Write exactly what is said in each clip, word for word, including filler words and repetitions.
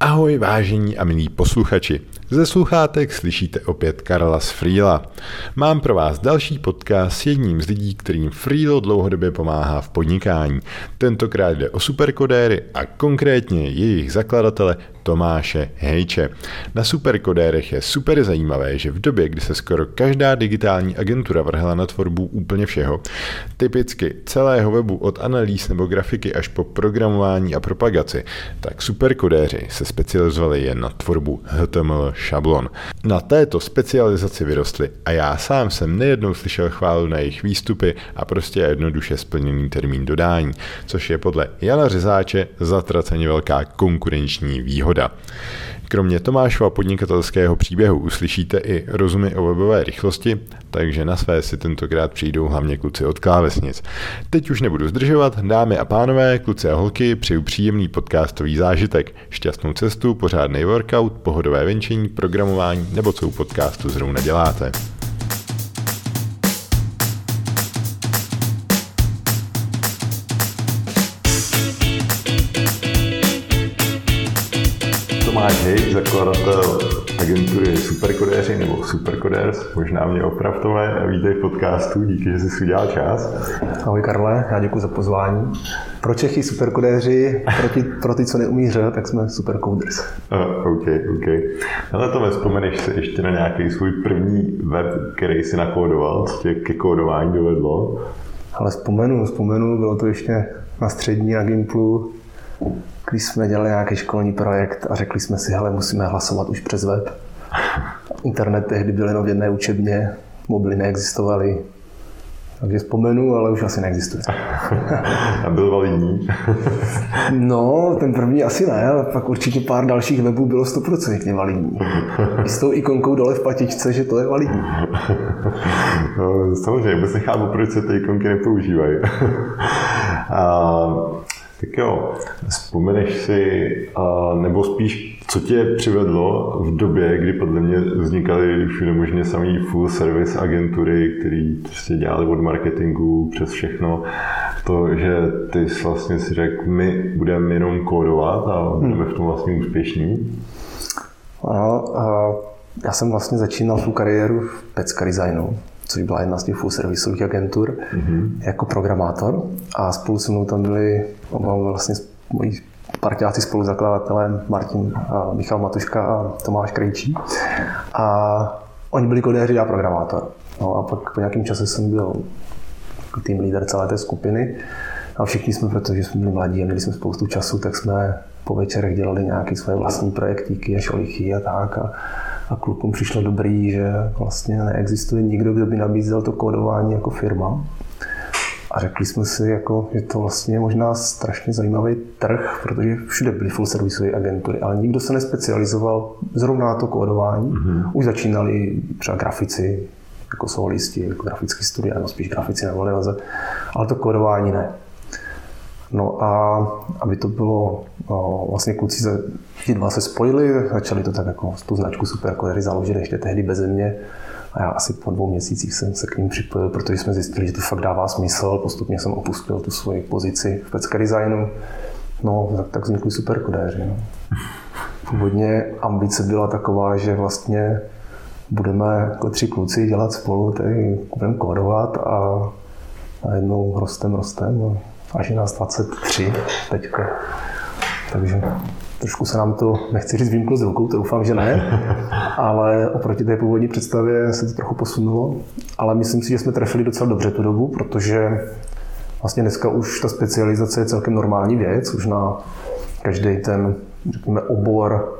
Ahoj vážení a milí posluchači. Ze sluchátek slyšíte opět Karla z Freela. Mám pro vás další podcast s jedním z lidí, kterým Freelo dlouhodobě pomáhá v podnikání. Tentokrát jde o superkodéry a konkrétně jejich zakladatele Tomáše Hejče. Na superkodérech je super zajímavé, že v době, kdy se skoro každá digitální agentura vrhla na tvorbu úplně všeho, typicky celého webu od analýz nebo grafiky až po programování a propagaci, tak superkodéři se specializovali jen na tvorbu H T M L šablon. Na této specializaci vyrostli a já sám jsem nejednou slyšel chválu na jejich výstupy a prostě jednoduše splněný termín dodání, což je podle Jana Řezáče zatraceně velká konkurenční výhoda. Kromě Tomášova podnikatelského příběhu uslyšíte i rozumy o webové rychlosti, takže na své si tentokrát přijdou hlavně kluci od klávesnic. Teď už nebudu zdržovat, dámy a pánové, kluci a holky, přeju příjemný podcastový zážitek, šťastnou cestu, pořádný workout, pohodové venčení, programování nebo co u podcastu zrovna děláte. Tomáš Hejč, zakladatel agentury Superkodéři nebo Superkoders, možná mě oprav Tome, a vítej v podcastu, díky, že jsi udělal čas. Ahoj Karle, já děkuji za pozvání. Pro Čechy superkodéři, pro ty, pro ty co neumí ř, tak jsme superkoders. Uh, OK, OK. Ale Tome, vzpomeneš si ještě na nějaký svůj první web, který jsi nakódoval, co tě ke kódování dovedlo? Ale vzpomenu, vzpomenu, bylo to ještě na střední na Gimplu, když jsme dělali nějaký školní projekt a řekli jsme si, hele, musíme hlasovat už přes web. Internet tehdy byl jenom v jedné učebně, mobily neexistovaly. Takže vzpomenu, ale už asi neexistuje. A byl validní? No, ten první asi ne, ale pak určitě pár dalších webů bylo stoprocentně validní. I s tou ikonkou dole v patičce, že to je validní. No, samozřejmě, vůbec nechápu, proč se ty ikonky nepoužívají. A... Tak jo, vzpomeneš si, a nebo spíš, co tě přivedlo v době, kdy podle mě vznikaly všude možně samý full service agentury, které prostě dělali od marketingu přes všechno, to, že ty jsi vlastně si řekl, my budeme jenom kódovat a budeme v tom vlastně úspěšní? Ano, já jsem vlastně začínal svou kariéru v Pecka Designu, což byla jedna z těch full servisových agentur, mm-hmm. jako programátor. A spolu se mnou tam byli oba vlastně moji parťáci spoluzakladatelé Martin a Michal Matuška a Tomáš Krejčí. A oni byli kodéři, já programátor. No a pak po nějakém čase jsem byl tým líder celé té skupiny. A všichni jsme, protože jsme byli mladí a měli jsme spoustu času, tak jsme po večerech dělali nějaké svoje vlastní projektíky a šolichy a tak. A A klukům přišlo dobrý, že vlastně neexistuje nikdo, kdo by nabízel to kódování jako firma. A řekli jsme si, jako, že to vlastně je možná strašně zajímavý trh, protože všude byly full servisové agentury, ale nikdo se nespecializoval zrovna na to kódování. Mm-hmm. Už začínali třeba grafici, jako solisti, jako grafický studia, nebo spíš grafici na volné noze, ale to kódování ne. No a aby to bylo, no, vlastně kluci se, ti dva se spojili, začali to tak jako tu značku Superkodéři založit ještě tehdy beze mě. A já asi po dvou měsících jsem se k ním připojil, protože jsme zjistili, že to fakt dává smysl. Postupně jsem opustil tu svoji pozici v Pecka Designu. No, tak, tak vznikli Superkodéři. No. Původně ambice byla taková, že vlastně budeme jako tři kluci dělat spolu, tady budeme kódovat a najednou rostem, rostem. Až je nás dvacet tři teďka. Takže trošku se nám to, nechci říct, vymklo z rukou, to doufám, že ne, ale oproti té původní představě se to trochu posunulo. Ale myslím si, že jsme trefili docela dobře tu dobu, protože vlastně dneska už ta specializace je celkem normální věc, už na každý ten, řekněme, obor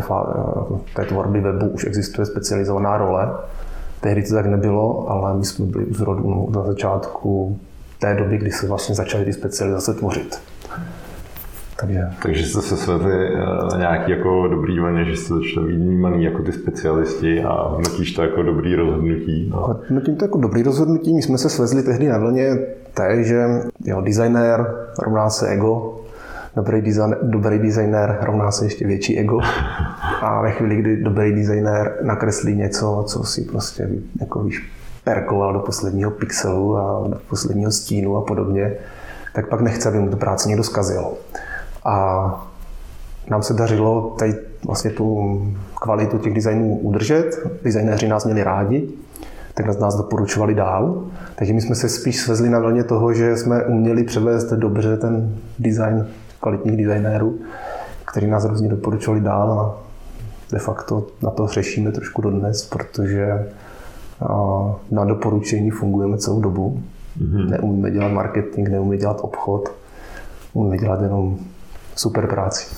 té tvorby webu už existuje specializovaná role. Tehdy to tak nebylo, ale my jsme byli u zrodu na začátku té doby, kdy se vlastně začaly ty specializace tvořit. Takže, Takže jste se svedli na nějaký jako dobrý vlně, že jste začali být vnímaný jako ty specialisti a hodnotíš to jako dobrý rozhodnutí? No. Hodnotím to jako dobrý rozhodnutí. My jsme se svezli tehdy na vlně té, že jo, designér rovná se ego, dobrý, design, dobrý designér rovná se ještě větší ego. A ve chvíli, kdy dobrý designér nakreslí něco, co si prostě jako víš, perkoval do posledního pixelu a do posledního stínu a podobně, tak pak nechce, aby mu tu práci někdo zkazil. A nám se dařilo tady vlastně tu kvalitu těch designů udržet. Designéři nás měli rádi, tak nás, nás doporučovali dál. Takže my jsme se spíš svezli na vlně toho, že jsme uměli převést dobře ten design kvalitních designérů, kteří nás různě doporučovali dál a de facto na to řešíme trošku dodnes, protože na doporučení fungujeme celou dobu. Mm-hmm. Neumíme dělat marketing, neumíme dělat obchod, umíme dělat jenom super práci.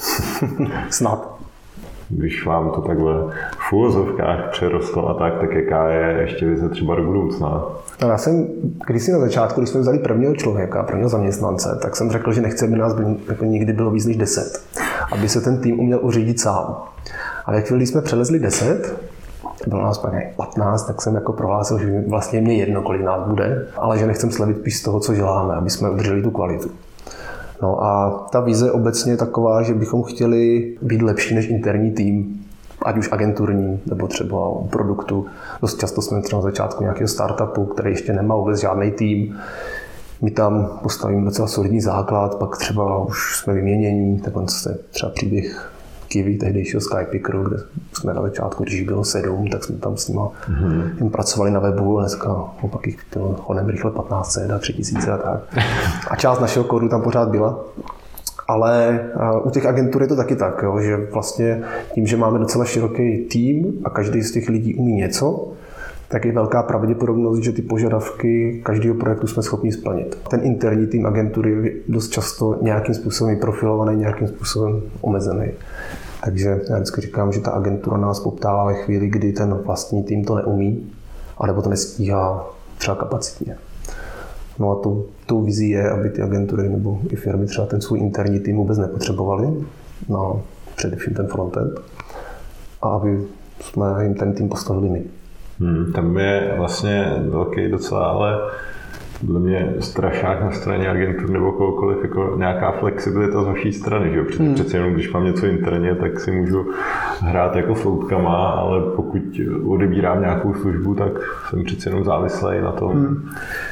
Snad. Když vám to takhle v úvozovkách přerostlo a tak, tak jaká je ještě vize třeba do budoucna? No, já jsem, když si na začátku, když jsme vzali prvního člověka, prvního zaměstnance, tak jsem řekl, že nechci, aby nás byl, jako nikdy bylo víc než deset. Aby se ten tým uměl uřídit sám. A jak chvíli jsme přelezli deset, bylo nás pak patnáct, tak jsem jako prohlásil, že vlastně mě jedno, kolik nás bude, ale že nechcem slevit spíš z toho, co děláme, aby jsme udrželi tu kvalitu. No a ta vize obecně je taková, že bychom chtěli být lepší než interní tým, ať už agenturní, nebo třeba u produktu. Dost často jsme třeba na začátku nějakého startupu, který ještě nemá vůbec žádný tým. My tam postavíme docela solidní základ, pak třeba už jsme vyměnění, tak on se třeba příběh Kiwi, tehdejšího Skypickeru, kde jsme na začátku, když bylo sedm, tak jsme tam s nimi mm-hmm. pracovali na webu a dneska opak jich bylo honem rychle patnáct set a tři tisíce a tak. A část našeho kódu tam pořád byla. Ale u těch agentur je to taky tak, jo, že vlastně tím, že máme docela široký tým a každý z těch lidí umí něco, tak je velká pravděpodobnost, že ty požadavky každého projektu jsme schopni splnit. Ten interní tým agentury je dost často nějakým způsobem profilovaný, nějakým způsobem omezený. Takže já vždycky říkám, že ta agentura nás poptává ve chvíli, kdy ten vlastní tým to neumí, anebo to nestíhá třeba kapacitně. No a tou, tou vizí je, aby ty agentury nebo i firmy třeba ten svůj interní tým vůbec nepotřebovali, no, především ten frontend, a aby jsme jim ten tým postavili my. Hmm, tam je vlastně velký docela, ale podle mě strašák na straně agentur nebo kohokoliv, jako nějaká flexibilita z vaší strany, že jo? Přece, hmm. přece jenom, když mám něco interně, tak si můžu hrát jako floutkama, ale pokud odebírám nějakou službu, tak jsem přece jenom závislý na tom. Hmm.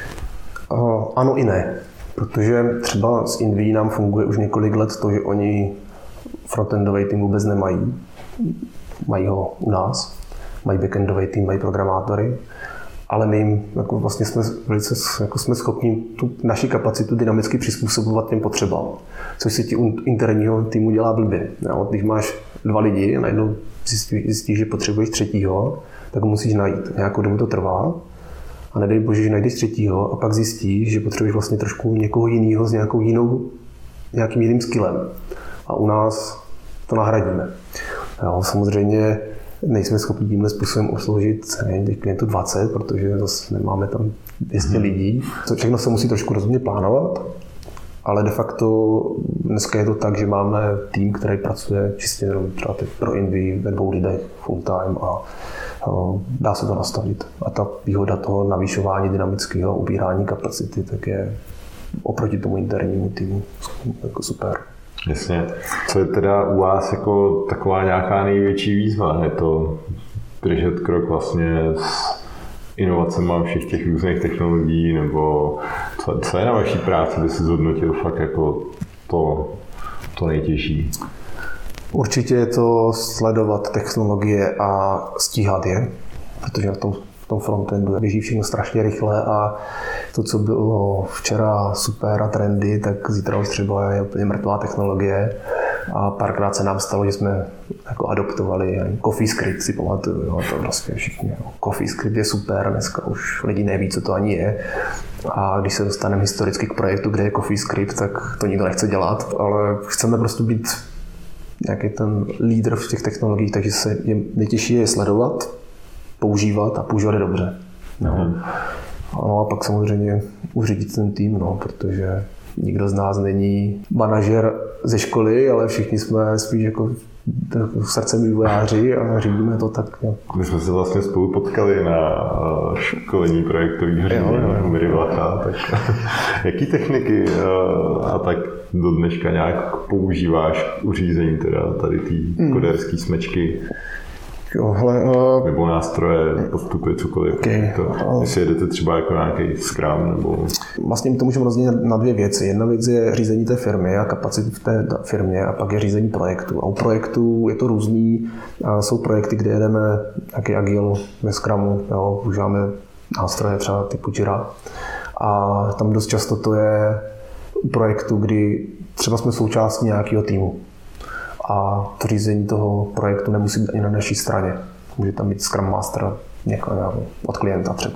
Uh, ano i ne, protože třeba s Inví nám funguje už několik let to, že oni frontendový tým vůbec nemají, mají ho u nás, mají backendový tým, mají programátory, ale my jim jako vlastně jsme, velice, jako jsme schopni tu naši kapacitu dynamicky přizpůsobovat těm potřebám, což si ti interního týmu dělá blbě. Jo? Když máš dva lidi a najednou zjistíš, zjistí, že potřebuješ třetího, tak ho musíš najít. Nějakou dobu to trvá a nedej bože, že najdeš třetího a pak zjistíš, že potřebuješ vlastně trošku někoho jiného s nějakou jinou, nějakým jiným skillem. A u nás to nahradíme. Jo? Samozřejmě nejsme schopni tímhle způsobem obsloužit těch klientů dvacet, protože zase nemáme tam dvě stě lidí. Všechno se musí trošku rozumně plánovat, ale de facto dneska je to tak, že máme tým, který pracuje čistě jenom třeba pro Inví ve dvou lidech full time a dá se to nastavit. A ta výhoda toho navýšování dynamického ubírání kapacity tak je oproti tomu internímu týmu jako super. Jasně. Co je teda u vás jako taková nějaká největší výzva? Je to držet krok vlastně s inovacemi všech těch různých technologií, nebo co, co je na vaší práci, by si zhodnotil fakt jako to, to nejtěžší? Určitě je to sledovat technologie a stíhat je, protože na tom v tom frontendu běží všechno strašně rychle a to, co bylo včera super a trendy, tak zítra už třeba je úplně mrtvá technologie. A párkrát se nám stalo, že jsme jako adoptovali CoffeeScript, si pamatuju, jo, to vlastně všichni. Jo. CoffeeScript je super, dneska už lidi neví, co to ani je. A když se dostaneme historicky k projektu, kde je CoffeeScript, tak to nikdo nechce dělat, ale chceme prostě být nějaký ten lídr v těch technologiích, takže se je nejtěžší je sledovat, používat a používat je dobře. No. Mm. No a pak samozřejmě uřídit ten tým, no, protože nikdo z nás není manažer ze školy, ale všichni jsme spíš jako srdcem vývojáři a řídíme to tak. Jo. My jsme se vlastně spolu potkali na školení projektových řízení Miry Vlacha. Tak jaký techniky a tak do dneška nějak používáš k uřízení teda tady té mm. koderské smečky? Jo, hele, uh, nebo nástroje, postupy, cokoliv. Okay. To, jestli jedete třeba jako nějaký Scrum, nebo... Vlastně to můžeme rozdělit na dvě věci. Jedna věc je řízení té firmy a kapacity v té firmě a pak je řízení projektu. A u projektu je to různý. Jsou projekty, kde jedeme nějaký agil ve Scrumu, jo, používáme nástroje třeba typu Jira. A tam dost často to je u projektu, kdy třeba jsme součástí nějakého týmu. A to řízení toho projektu nemusí být ani na naší straně. Může tam být Scrum Master někoho, od klienta třeba.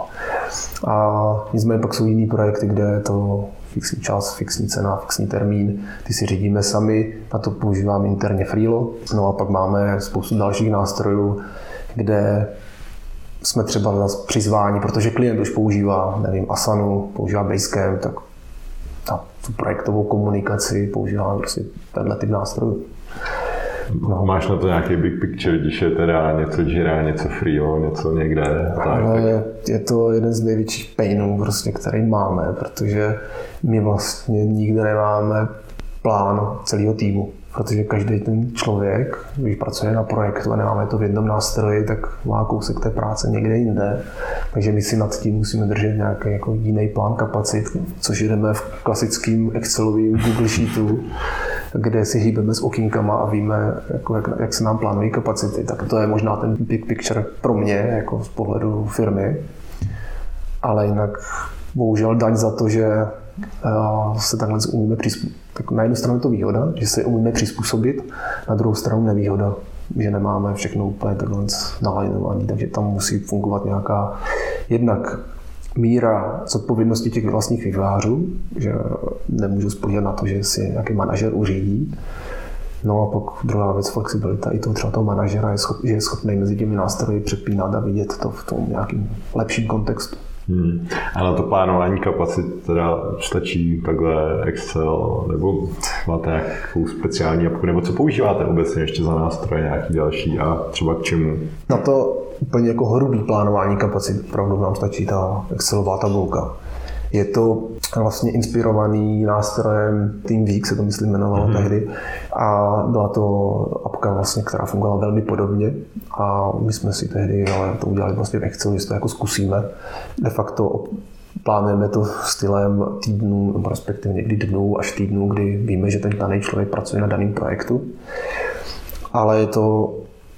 A nicméně pak jsou jiný projekty, kde je to fixní čas, fixní cena, fixní termín. Ty si řídíme sami, na to používáme interně Freelo. No a pak máme spoustu dalších nástrojů, kde jsme třeba přizváni, protože klient už používá, nevím, Asanu, používá Basecamp, tak na tu projektovou komunikaci používáme prostě tenhle typ nástrojů. No. Máš na to nějaký big picture, když je teda něco Jira, něco Freelo, něco někde? Tak, ale je to jeden z největších painů, prostě, který máme, protože my vlastně nikde nemáme plán celého týmu. Protože každý ten člověk, když pracuje na projektu a nemáme to v jednom nástroji, tak má kousek té práce někde jinde. Takže my si nad tím musíme držet nějaký jako jiný plán kapacit, což jdeme v klasickým Excelovým Google Sheetu, kde si hýbeme s okýnkama a víme, jako jak, jak se nám plánují kapacity. Tak to je možná ten big picture pro mě, jako z pohledu firmy. Ale jinak bohužel daň za to, že se takhle umíme přizpůsobit. Tak na jednu stranu je to výhoda, že se umíme přizpůsobit, na druhou stranu nevýhoda, že nemáme všechno úplně takhle nalajnovaný, takže tam musí fungovat nějaká jednak míra zodpovědnosti těch vlastních vývojářů, že nemůžu spoléhat na to, že si nějaký manažer uřídí. No a pak druhá věc, flexibilita i toho třeba toho manažera je, schop, je schopný mezi těmi nástroji přepínat a vidět to v tom nějakým lepším kontextu. Hmm. A na to plánování kapacit teda stačí takhle Excel, nebo máte nějakou speciální apku, nebo co používáte obecně ještě za nástroje nějaký další a třeba k čemu? Na to úplně jako hrubý plánování kapacit opravdu nám stačí ta Excelová tabulka. Je to vlastně inspirovaný nástrojem TeamVeek, se to myslím jmenovalo mm-hmm. tehdy. A byla to apka, vlastně, která fungovala velmi podobně. A my jsme si tehdy ale to udělali vlastně v Excelu, že to jako zkusíme. De facto plánujeme to stylem týdnů, nebo respektive někdy dnů až týdnů, kdy víme, že ten daný člověk pracuje na daném projektu. Ale je to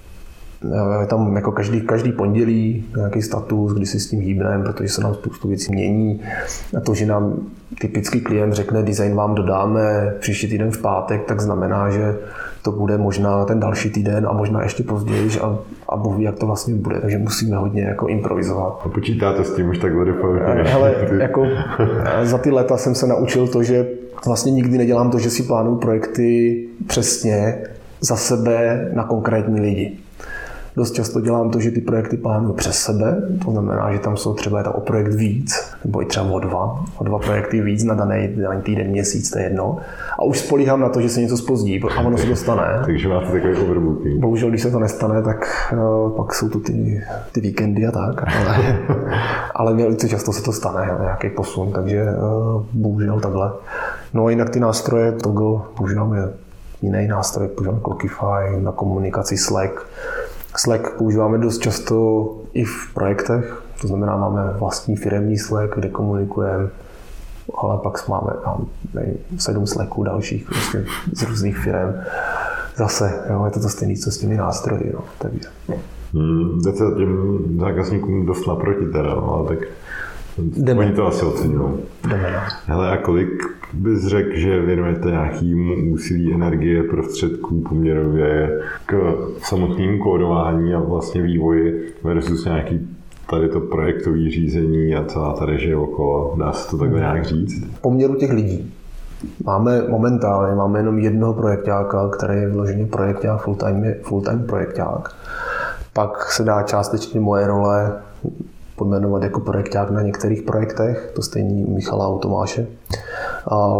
je tam jako každý, každý pondělí nějaký status, kdy si s tím hýbneme, protože se nám spoustu věcí mění. A to, že nám typický klient řekne, design vám dodáme příští týden v pátek, tak znamená, že to bude možná ten další týden a možná ještě později a, a Bůh ví, jak to vlastně bude, takže musíme hodně jako improvizovat. A počítáte s tím už takhle definitivně? Hele, jako za ty léta jsem se naučil to, že vlastně nikdy nedělám to, že si plánuju projekty přesně za sebe na konkrétní lidi. Dost často dělám to, že ty projekty plánuju přes sebe, to znamená, že tam jsou třeba je tam o projekt víc, nebo i třeba o dva, o dva projekty víc na daný, daný týden, měsíc, to je jedno. A už spolíhám na to, že se něco zpozdí a ono se to stane. Takže máte takový overbooking. Bohužel, když se to nestane, tak uh, pak jsou tu ty, ty víkendy a tak. Ale, ale velice často se to stane, nějaký posun, takže uh, bohužel takhle. No a jinak ty nástroje, Toggle, používáme jiný nástroj, používáme Clockify, na komunikaci Slack. Slack používáme dost často i v projektech, to znamená, máme vlastní firemní Slack, kde komunikujeme, ale pak máme nevím, sedm Slacků dalších prostě z různých firem. Zase, jo, je to to stejné, co s těmi nástroji. No, takže. Hmm, jde se těm zákazníkům dost naproti teda, no, ale tak Jdeme. Oni to asi oceňují. Hele, a kolik bys řekl, že věnujete nějakému úsilí, energie, prostředků poměrově k samotnému kódování a vlastně vývoji versus nějaký tady to projektové řízení a celá ta režie okolo, dá se to takhle nějak říct? Poměru těch lidí. Máme momentálně, máme jenom jednoho projekťáka, který je vyloženě projekťák, full-time, full-time projekťák. Pak se dá částečně moje role pojmenovat jako projekťák na některých projektech, to stejný Michala a Tomáše. A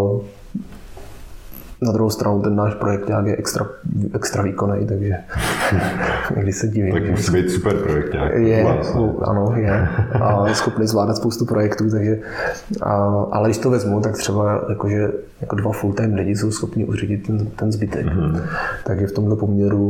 na druhou stranu ten náš projekťák je extra, extra výkonný, takže někdy se divím. Tak musí být super projekťák. Je, vlastně. Ano, je. A je schopný zvládat spoustu projektů, takže, a, ale když to vezmu, tak třeba jakože, jako dva full-time lidi jsou schopni uřídit ten, ten zbytek. Mm-hmm. Takže v tomto poměru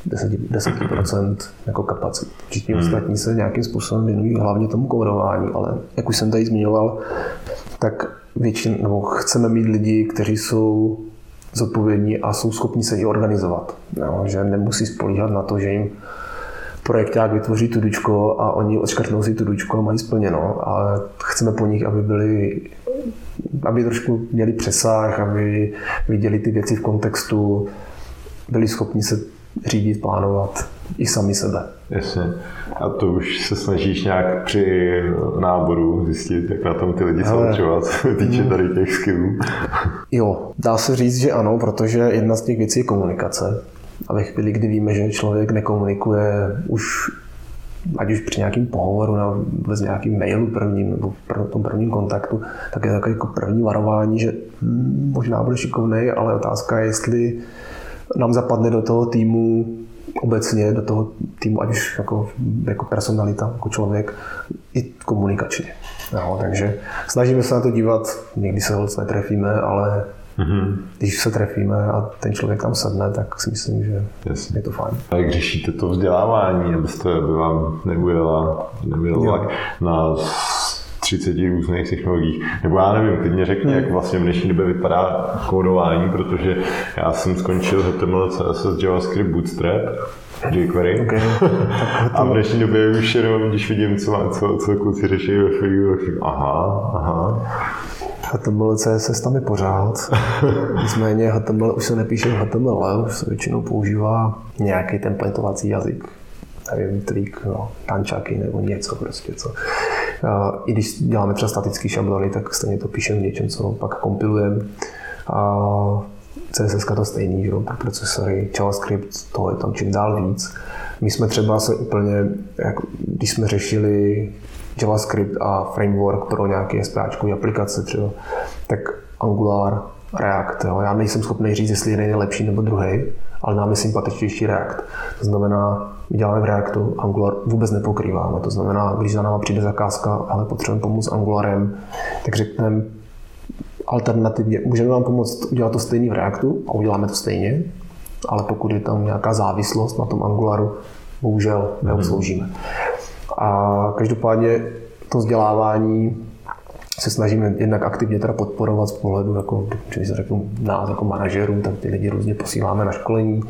deset procent jako kapacit. Všichni hmm. ostatní se nějakým způsobem věnují hlavně tomu kódování, ale jak už jsem tady zmiňoval, tak většinou nebo chceme mít lidi, kteří jsou zodpovědní a jsou schopni se i organizovat. No, že nemusí spolíhat na to, že jim projekták vytvoří tudučko a oni odškrtnou si tudučko a mají splněno, ale chceme po nich, aby byli, aby trošku měli přesah, aby viděli ty věci v kontextu, byli schopni se řídit, plánovat i sami sebe. Jasně. A to už se snažíš nějak při náboru zjistit, jak na tom ty lidi jsou třeba, co se týče tady těch skillů? Jo, dá se říct, že ano, protože jedna z těch věcí je komunikace. A ve chvíli, kdy víme, že člověk nekomunikuje už ať už při nějakém pohovoru nebo vůbec nějakým mailu prvním nebo v tom prvním kontaktu, tak je to jako první varování, že hm, možná bude šikovnej, ale otázka je, jestli nám zapadne do toho týmu obecně, do toho týmu, ať už jako, jako personalita, jako člověk, i komunikačně. No, takže snažíme se na to dívat, někdy se holc netrefíme, ale mm-hmm. když se trefíme a ten člověk tam sedne, tak si myslím, že Jasně. je to fajn. A jak řešíte to vzdělávání, abyste by vám neujela, neujela na třicet různých technologiích? Nebo já nevím, teď mě řekni, jak vlastně v dnešní době vypadá kódování, protože já jsem skončil H T M L, C S S, JavaScript, Bootstrap, jQuery. Okay. A v dnešní době už jenom, když vidím, co, co, co kluci řeší ve Freelu, tak aha, aha. H T M L, C S S tam je pořád. Nicméně H T M L už se nepíše v H T M L, už se většinou používá nějaký templatovací jazyk. Nevím, trik, no, tančaky nebo něco prostě, co. I když děláme třeba statické šablony, tak stejně to píšeme v něčem, co pak kompilujeme. A C S S to stejný, že? Pro procesory, JavaScript, toho je tam čím dál víc. My jsme třeba se úplně, jako, když jsme řešili JavaScript a framework pro nějaké SPAčkové aplikace třeba, tak Angular, React. Jo. Já nejsem schopný říct, jestli jeden je lepší nebo druhý, ale nám je sympatičtější React. To znamená, my děláme v Reactu, Angular vůbec nepokrýváme. To znamená, když za náma přijde zakázka, ale potřebujeme pomoct s Angularem, tak řekneme alternativně, můžeme vám pomoct udělat to stejný v Reactu a uděláme to stejně, ale pokud je tam nějaká závislost na tom Angularu, bohužel neobsloužíme. A každopádně to vzdělávání se snažíme jednak aktivně teda podporovat z pohledu, jako, když se řeknu nás jako manažerů, tak ty lidi různě posíláme na školení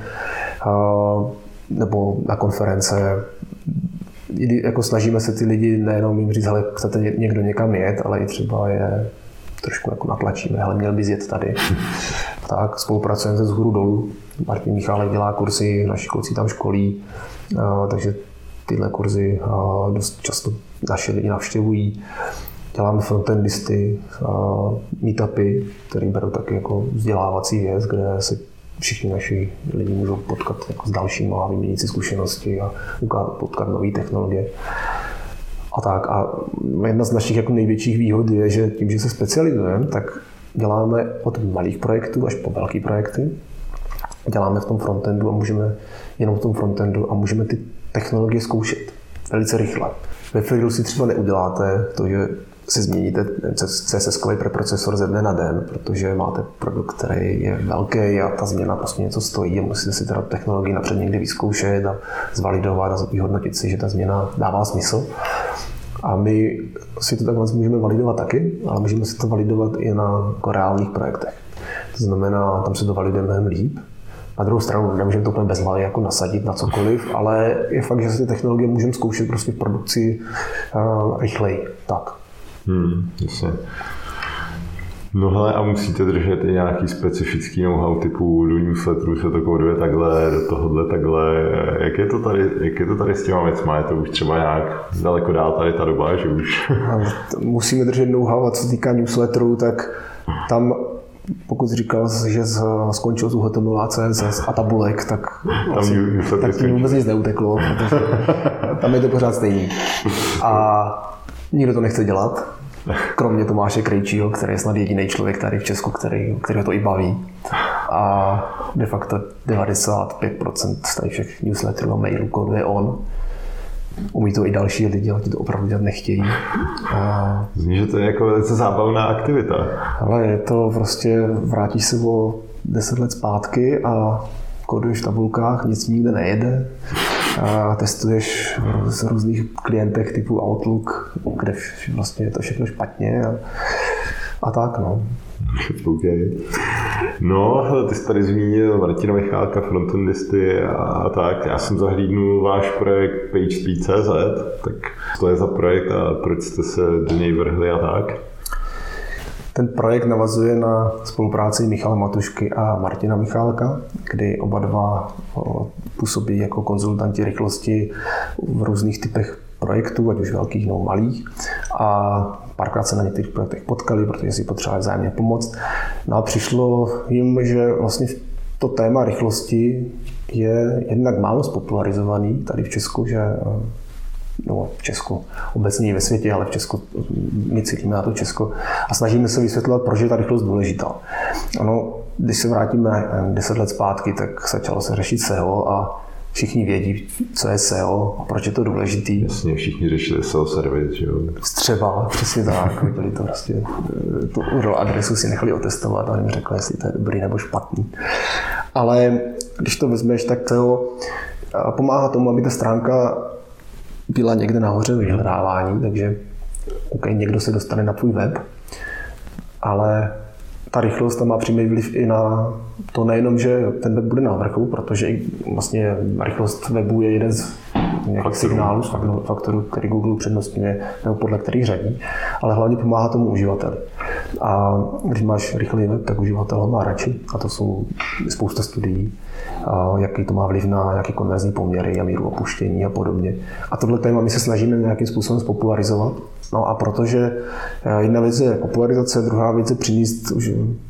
nebo na konference. Jako snažíme se ty lidi nejenom jim říct, hele, chcete někdo někam jet, ale i třeba je trošku jako natlačíme, hele, měl bys jet tady. Tak spolupracujeme se z hůru dolů. Martin Michálek dělá kurzy, naši kluci tam školí, takže tyhle kurzy dost často naše lidi navštěvují. Děláme frontendisty, meetupy, které berou taky jako vzdělávací věc, kde se všichni naši lidi můžou potkat jako s dalšími a vyměnit si zkušenosti a potkat nové technologie. A tak. A jedna z našich jako největších výhod je, že tím, že se specializujeme, tak děláme od malých projektů až po velké projekty. Děláme v tom frontendu a můžeme jenom v tom frontendu a můžeme ty technologie zkoušet velice rychle. Ve Freelu si třeba neuděláte to, že si změníte C S S-kový preprocesor ze dne na den, protože máte produkt, který je velký a ta změna prostě něco stojí a musíte si teda technologii napřed někdy vyzkoušet a zvalidovat a vyhodnotit si, že ta změna dává smysl. A my si to takhle můžeme validovat taky, ale můžeme si to validovat i na jako reálných projektech. To znamená, tam se to validuje mnohem líp. Na druhou stranu nemůžeme to úplně bezhlavě jako nasadit na cokoliv, ale je fakt, že si ty technologie můžeme zkoušet prostě v produkci uh, rychleji. Tak. Hmm, jasně. No hele, a musíte držet i nějaký specifický know-how typu do newsletteru se to kóduje takhle, do tohohle takhle. Jak je to tady, jak je to tady s těma věcma? Je to už třeba nějak daleko dál tady ta doba, že už? Musíme držet know-how, a co týká newsletteru, tak tam pokud jsi říkal, že skončil z H T M L a C S S a tabulek, tak, vlastně, tak tím vůbec nic neuteklo, protože tam je to pořád stejný. A nikdo to nechce dělat, kromě Tomáše Krejčího, který je snad jediný člověk tady v Česku, který, který to i baví. A de facto devadesát pět procent všech newsletterů a mailů kóduje on. Umí to i další lidi, ale ti to opravdu dělat nechtějí. A... Zní, že to je jako velice zábavná aktivita. Ale je to prostě, vrátíš se o deset let zpátky a koduješ v tabulkách, nic nikde nejede. A testuješ z různých klientech typu Outlook, kde vlastně je to všechno špatně a, a tak, no. Okay. No, ty jsi tady zmínil Martina Michálka, frontendisty a tak. Já jsem zahlídnul váš projekt PageSpeed tečka cé zet, tak to je za projekt a proč jste se do něj vrhli a tak? Ten projekt navazuje na spolupráci Michala Matušky a Martina Michálka, kdy oba dva působí jako konzultanti rychlosti v různých typech projektů, ať už velkých nebo malých. A párkrát se na některých projektech potkali, protože si potřebovali vzájemně pomoct. No a přišlo jim, že vlastně to téma rychlosti je jednak málo spopularizovaný tady v Česku, že no v Česku, obecně i ve světě, ale v Česku my cítíme na to Česko a snažíme se vysvětlovat, proč je ta rychlost důležitá. Ano, když se vrátíme deset let zpátky, tak začalo se řešit S E O a všichni vědí, co je S E O a proč je to důležitý. Jasně, všichni řešili S E O service, že jo? Třeba, přesně tak, viděli to prostě, tu U R L adresu si nechali otestovat a jim řekli, jestli to je dobrý nebo špatný. Ale když to vezmeš, tak S E O pomáhá tomu, aby ta stránka byla někde nahoře ve vyhledávání, takže okay, někdo se dostane na tvůj web, ale ta rychlost tam má přímý vliv i na to nejenom, že ten web bude na vrchu, protože i vlastně rychlost webu je jeden z nějakých signálů, faktorů, který Google upřednostňuje, nebo podle kterých řadí, ale hlavně pomáhá tomu uživateli. A když máš rychlý web, tak uživatel ho má radši a to jsou spousta studií, a jaký to má vliv na nějaké konverzní poměry a míru opuštění a podobně. A tohle téma my se snažíme nějakým způsobem spopularizovat. No a protože jedna věc je popularizace, druhá věc je přinést už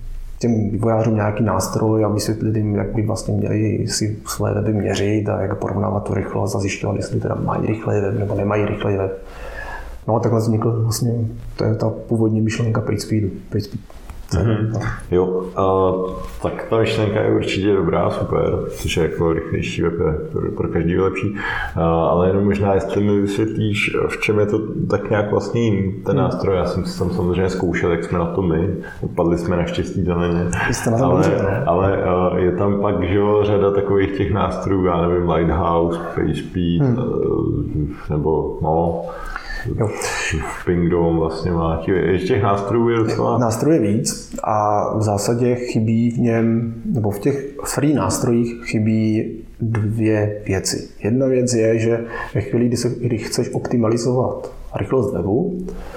těm vývojářům nějaký nástroj a vysvětlit jim, jak by vlastně měli si svoje weby měřit a jak porovnávat tu rychlost a zjišťovat, jestli teda mají rychlý web nebo nemají rychlý web. No a takhle vznikl vlastně, to je ta původní myšlenka PageSpeedu. PageSpeed. Mm-hmm. Jo, uh, tak ta myšlenka je určitě dobrá, super, což je jako rychlejší web je pro, pro každý lepší, uh, ale jenom možná, jestli mi vysvětlíš, v čem je to tak nějak vlastně jiný, ten nástroj. Já jsem si tam samozřejmě zkoušel, jak jsme na to my, dopadli jsme naštěstí zeleně, ale, ale uh, je tam pak, že jo, řada takových těch nástrojů, já nevím, Lighthouse, PageSpeed, hmm. uh, nebo no, Jo. Pingdom vlastně má. Ještě těch nástrojů je docela... Nástrojů je víc a v zásadě chybí v něm, nebo v těch free nástrojích chybí dvě věci. Jedna věc je, že ve chvíli, kdy, se, kdy chceš optimalizovat rychlost webu,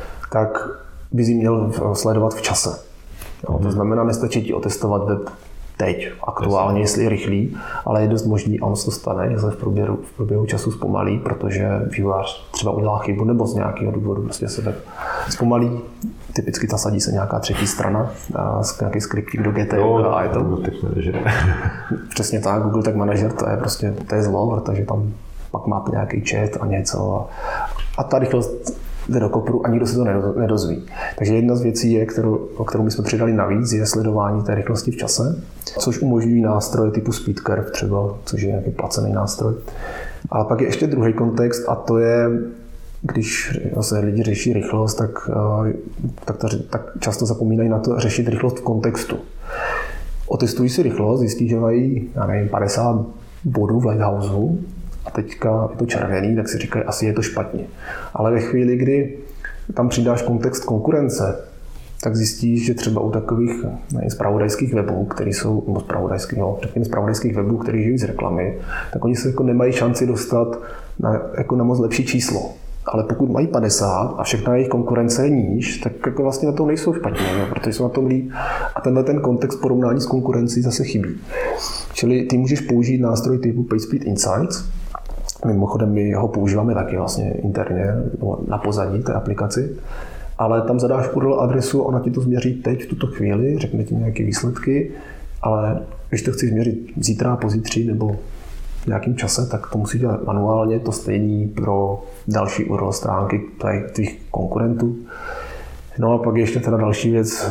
tak bys ji měl sledovat v čase. Jo, to znamená, nestačí ti otestovat web teď, aktuálně, jestli je rychlý, ale je dost možný, a on se to stane, že se v průběhu, v průběhu času zpomalí, protože vývojář třeba udělá chybu nebo z nějakého důvodu prostě se web zpomalí. Typicky nasadí se nějaká třetí strana, nějaký skriptík do G T no, a je to. Google Tag Manager. Přesně tak, Google Tag Manager, to je prostě to je zlo, protože tam pak máte nějaký chat a něco. A, a ta rychlost jde do kopru a nikdo se to nedozví. Takže jedna z věcí, je, kterou, o kterou bychom přidali navíc, je sledování té rychlosti v čase, což umožňují nástroje typu SpeedCurve třeba, což je nějaký placený nástroj. Ale pak je ještě druhý kontext a to je, když se lidi řeší rychlost, tak, tak, ta, tak často zapomínají na to řešit rychlost v kontextu. Otestují si rychlost, zjistí, že mají, já nevím, padesát bodů v Lighthouseu, a teďka je to červený, tak si říkají, asi je to špatně. Ale ve chvíli, kdy tam přidáš kontext konkurence, tak zjistíš, že třeba u takových zpravodajských webů, které jsou, nebo zpravodajských, no, řekněme zpravodajských webů, které žijí z reklamy, tak oni se jako nemají šanci dostat na, jako na moc lepší číslo. Ale pokud mají padesát a všechna jejich konkurence je níž, tak jako vlastně na tom nejsou špatně, no, protože jsou na tom líp. A tenhle ten kontext porovnání s konkurencí zase chybí. Čili ty můžeš použít nástroj typu PageSpeed Insights. Mimochodem my ho používáme taky vlastně interně na pozadí té aplikaci. Ale tam zadáš U R L adresu, ona ti to změří teď v tuto chvíli, řekne ti nějaké výsledky, ale když to chceš změřit zítra, pozítří nebo v nějakém čase, tak to musí dělat manuálně, to stejný pro další U R L stránky tvých konkurentů. No a pak ještě teda další věc,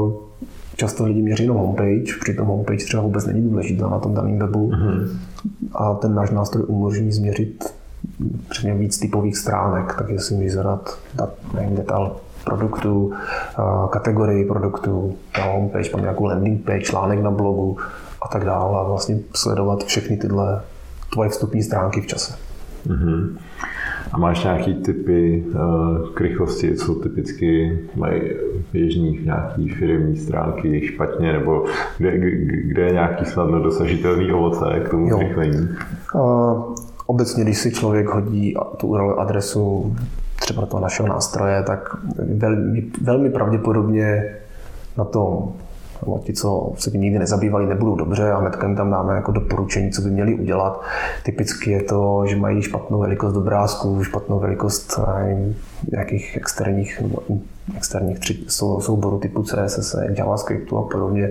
často lidi měří jenom homepage, přitom homepage třeba vůbec není důležitá na tom daném webu. Mm-hmm. A ten náš nástroj umožní změřit přesně víc typových stránek, takže si můžeš zadat nevím, detail produktu, kategorii produktu na homepage, pak nějakou landing page, článek na blogu a tak dále a vlastně sledovat všechny tyhle tvoje vstupní stránky v čase. Mm-hmm. A máš nějaký typy uh, k rychlosti, co typicky mají běžní nějaký firemní stránky špatně, nebo kde, kde je nějaký snadno dosažitelný ovoce k tomu zrychlení? Uh, obecně, když si člověk hodí tu U R L adresu třeba do toho našeho nástroje, tak velmi, velmi pravděpodobně na tom, no, ti, co se tím nikdy nezabývali, nebudou dobře a hnedka jim tam dáme jako doporučení, co by měli udělat. Typicky je to, že mají špatnou velikost obrázků, špatnou velikost nějakých externích, externích souborů typu C S S, JavaScriptu a podobně.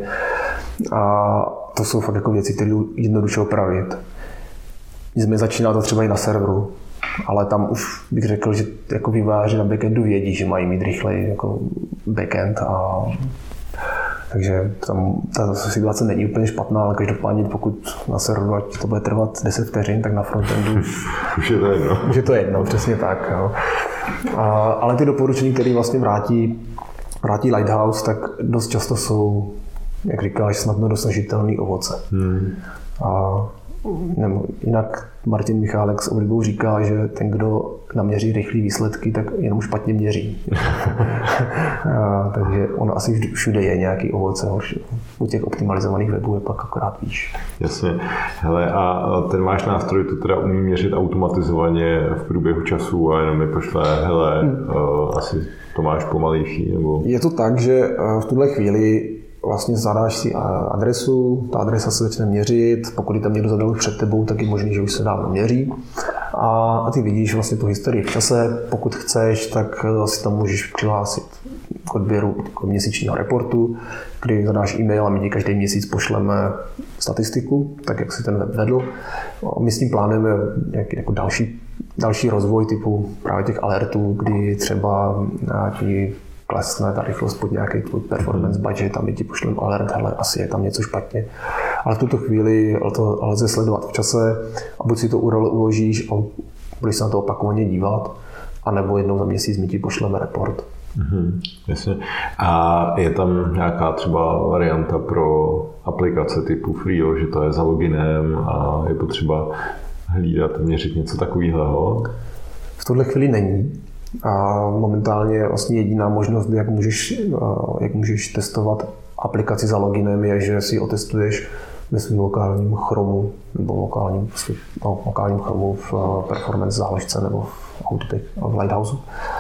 A to jsou fakt jako věci, které jednoduše opravit. Jsme začínali to třeba i na serveru, ale tam už bych řekl, že jako vývojáři na backendu vědí, že mají mít rychlej jako backend a takže tam ta situace není úplně špatná, ale každopádně pokud na serveru to bude trvat deset vteřin, tak na frontendu už je to jedno. Už je to jedno, přesně tak. Jo. A, ale ty doporučení, které vlastně vrátí, vrátí Lighthouse, tak dost často jsou, jak říkáš, snadno dosažitelný ovoce. Hmm. A nebo jinak Martin Michálek s oblibou říká, že ten, kdo naměří rychlé výsledky, tak jenom špatně měří. A, takže on asi všude je nějaký ovoce, u těch optimalizovaných webů je pak akorát víš. Jasně. Hele, a ten váš nástroj to teda umí měřit automatizovaně v průběhu času a jenom mi pošle, hele, hmm. uh, asi to máš pomalejší, nebo... Je to tak, že v tuhle chvíli vlastně zadáš si adresu, ta adresa se začne měřit, pokud ji tam někdo zadal před tebou, tak je možný, že už se dávno měří. A ty vidíš vlastně tu historii v čase, pokud chceš, tak si tam můžeš přihlásit k odběru měsíčního reportu, kdy zadáš e-mail a my ti každý měsíc pošleme statistiku, tak jak si ten web vedl. My s tím plánujeme nějaký jako další, další rozvoj typu právě těch alertů, kdy třeba ti klesne ta rychlost pod nějaký tvůj performance budget a my ti pošleme alert, hele, asi je tam něco špatně. Ale v tuto chvíli to lze sledovat v čase a buď si to U R L uložíš a budeš se na to opakovaně dívat, anebo jednou za měsíc my ti pošleme report. Mhm, jasně. A je tam nějaká třeba varianta pro aplikace typu Freelo, že to je za loginem a je potřeba hlídat, měřit něco takového? V tuhle chvíli není. A momentálně vlastně jediná možnost, jak můžeš, jak můžeš testovat aplikaci za loginem, je, že si ji otestuješ ve svém lokálním Chromu nebo lokálním, no, lokálním Chromu v performance záložce nebo v Autotech, v Lighthouse.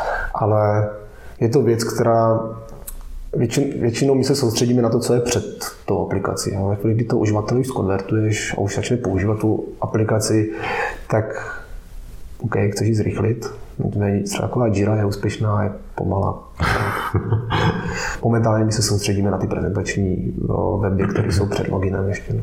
Ale je to věc, která většin, většinou my se soustředíme na to, co je před tou aplikací. Ve chvíli, kdy to uživatel už zkonvertuješ a už začne používat tu aplikaci, tak OK, chceš ji zrychlit. Třeba taková Jira je úspěšná, je pomalá. Momentálně my se soustředíme na ty prezentační weby, které jsou před loginem ještě.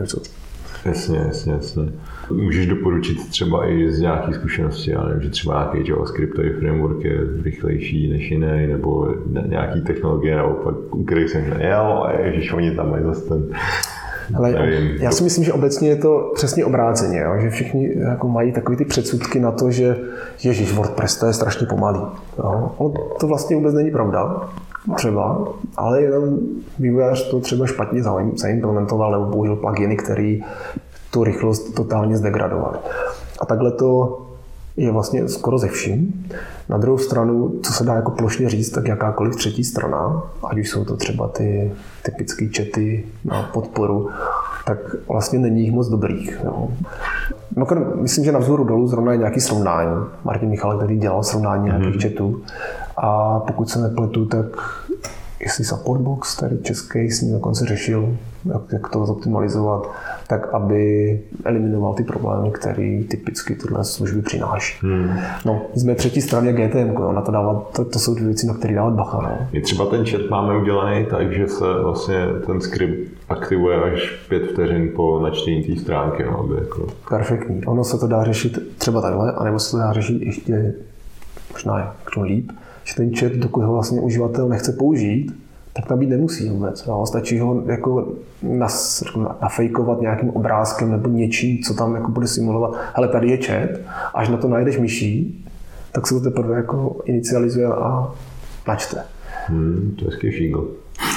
Jasně, jasně, jasně. Můžeš doporučit třeba i z nějaké zkušenosti, já nevím, že třeba nějaký JavaScriptový framework je rychlejší než jiný, nebo nějaký technologie, naopak, u kterých jsem nejel, a ježiš, oni tam mají zase ten... Ale já si myslím, že obecně je to přesně obráceně, jo? Že všichni jako mají takové ty předsudky na to, že ježiš, WordPress to je strašně pomalý. Jo? To vlastně vůbec není pravda, třeba, ale jenom vývojář to třeba špatně zaimplementoval nebo použil pluginy, které tu rychlost totálně zdegradovaly. A takhle to je vlastně skoro ze vším. Na druhou stranu, co se dá jako plošně říct, tak jakákoliv třetí strana, ať už jsou to třeba ty typické chaty na podporu, tak vlastně není jich moc dobrých. Jo. No, myslím, že navzdoru dolů zrovna je nějaký srovnání. Martin Michálek tady dělal srovnání mm-hmm. nějakých chatů a pokud se nepletu, tak jestli Supportbox, tady český, s ním dokonce řešil, jak, jak to zoptimalizovat, tak aby eliminoval ty problémy, které typicky tyhle služby přináší. Hmm. No, jsme třetí straně G T M, na to, dávat, to, to jsou ty věci, na které dávat bacha. No. My třeba ten chat máme udělaný tak, že se vlastně ten skript aktivuje až pět vteřin po načtení té stránky. No, aby jako... Perfektní. Ono se to dá řešit třeba takhle, anebo se to dá řešit ještě možná jak líp, že ten chat, dokud ho vlastně uživatel nechce použít, tak tam být nemusí vůbec. No. Stačí ho jako nas, nafejkovat nějakým obrázkem nebo něčím, co tam jako bude simulovat. Hele, tady je chat, až na to najdeš myší, tak se to teprve jako inicializuje a načte. Hmm, to je hezký šígl.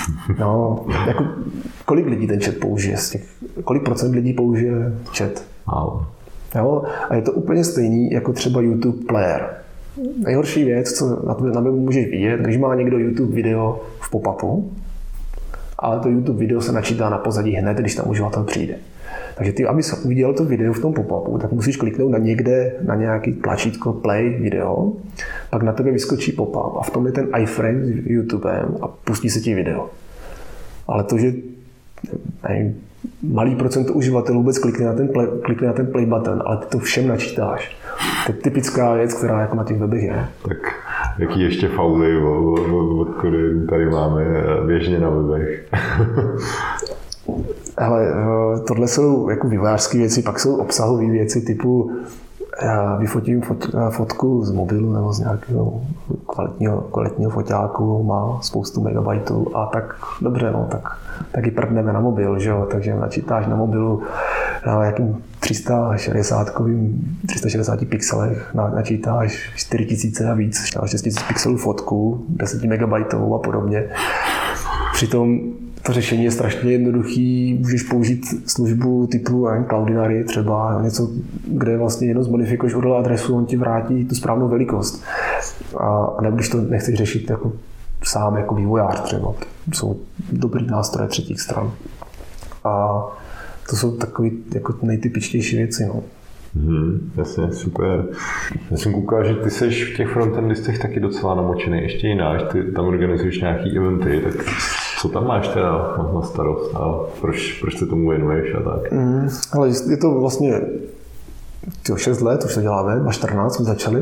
No, jako kolik lidí ten chat použije z těch, kolik procent lidí použije chat? Wow. Jo? A je to úplně stejný jako třeba YouTube player. Nejhorší věc, co na to na mě můžeš vidět, když má někdo YouTube video v pop-upu, ale to YouTube video se načítá na pozadí hned, když tam uživatel přijde. Takže ty, aby jsi uviděl to video v tom pop-upu, tak musíš kliknout na někde, na nějaký tlačítko play video, pak na tebe vyskočí pop-up a v tom je ten iframe s YouTubem a pustí se ti video. Ale to, že nevím, malý procento uživatelů vůbec klikne na ten play, klikne na ten play button, ale ty to všem načítáš. To je typická věc, která jako na těch webech je. Tak jaký ještě fauly od kurierů tady máme běžně na webech? Hele, tohle jsou jako vývojářské věci, pak jsou obsahové věci typu já vyfotím fot, fotku z mobilu nebo z nějakého kvalitního, kvalitního foťáku, má spoustu megabajtů a tak dobře, no, tak, tak ji prdneme na mobil, že jo, takže načítáš na mobilu na nějakým tři sta šedesát pixelech, na, načítáš čtyři tisíce a víc, šest tisíc pixelů fotku, deset megabajtovou a podobně. Přitom to řešení je strašně jednoduchý, můžeš použít službu typu Cloudinary třeba, něco, kde vlastně jenom zmodifikuješ U R L adresu, on ti vrátí tu správnou velikost. A nebo když to nechceš řešit jako sám jako vývojář třeba, jsou dobrý nástroje třetích stran. A to jsou takové jako nejtypičtější věci. No. Hmm, jasně, super. Já jsem koukal, že ty seš v těch frontendistech taky docela namočený, ještě jinak, ty tam organizuješ nějaký eventy, tak co tam máš teda na starost a proč, proč se tomu věnuješ a tak? Mm, ale je to vlastně šest let, už to děláme, na čtrnáct jsme začali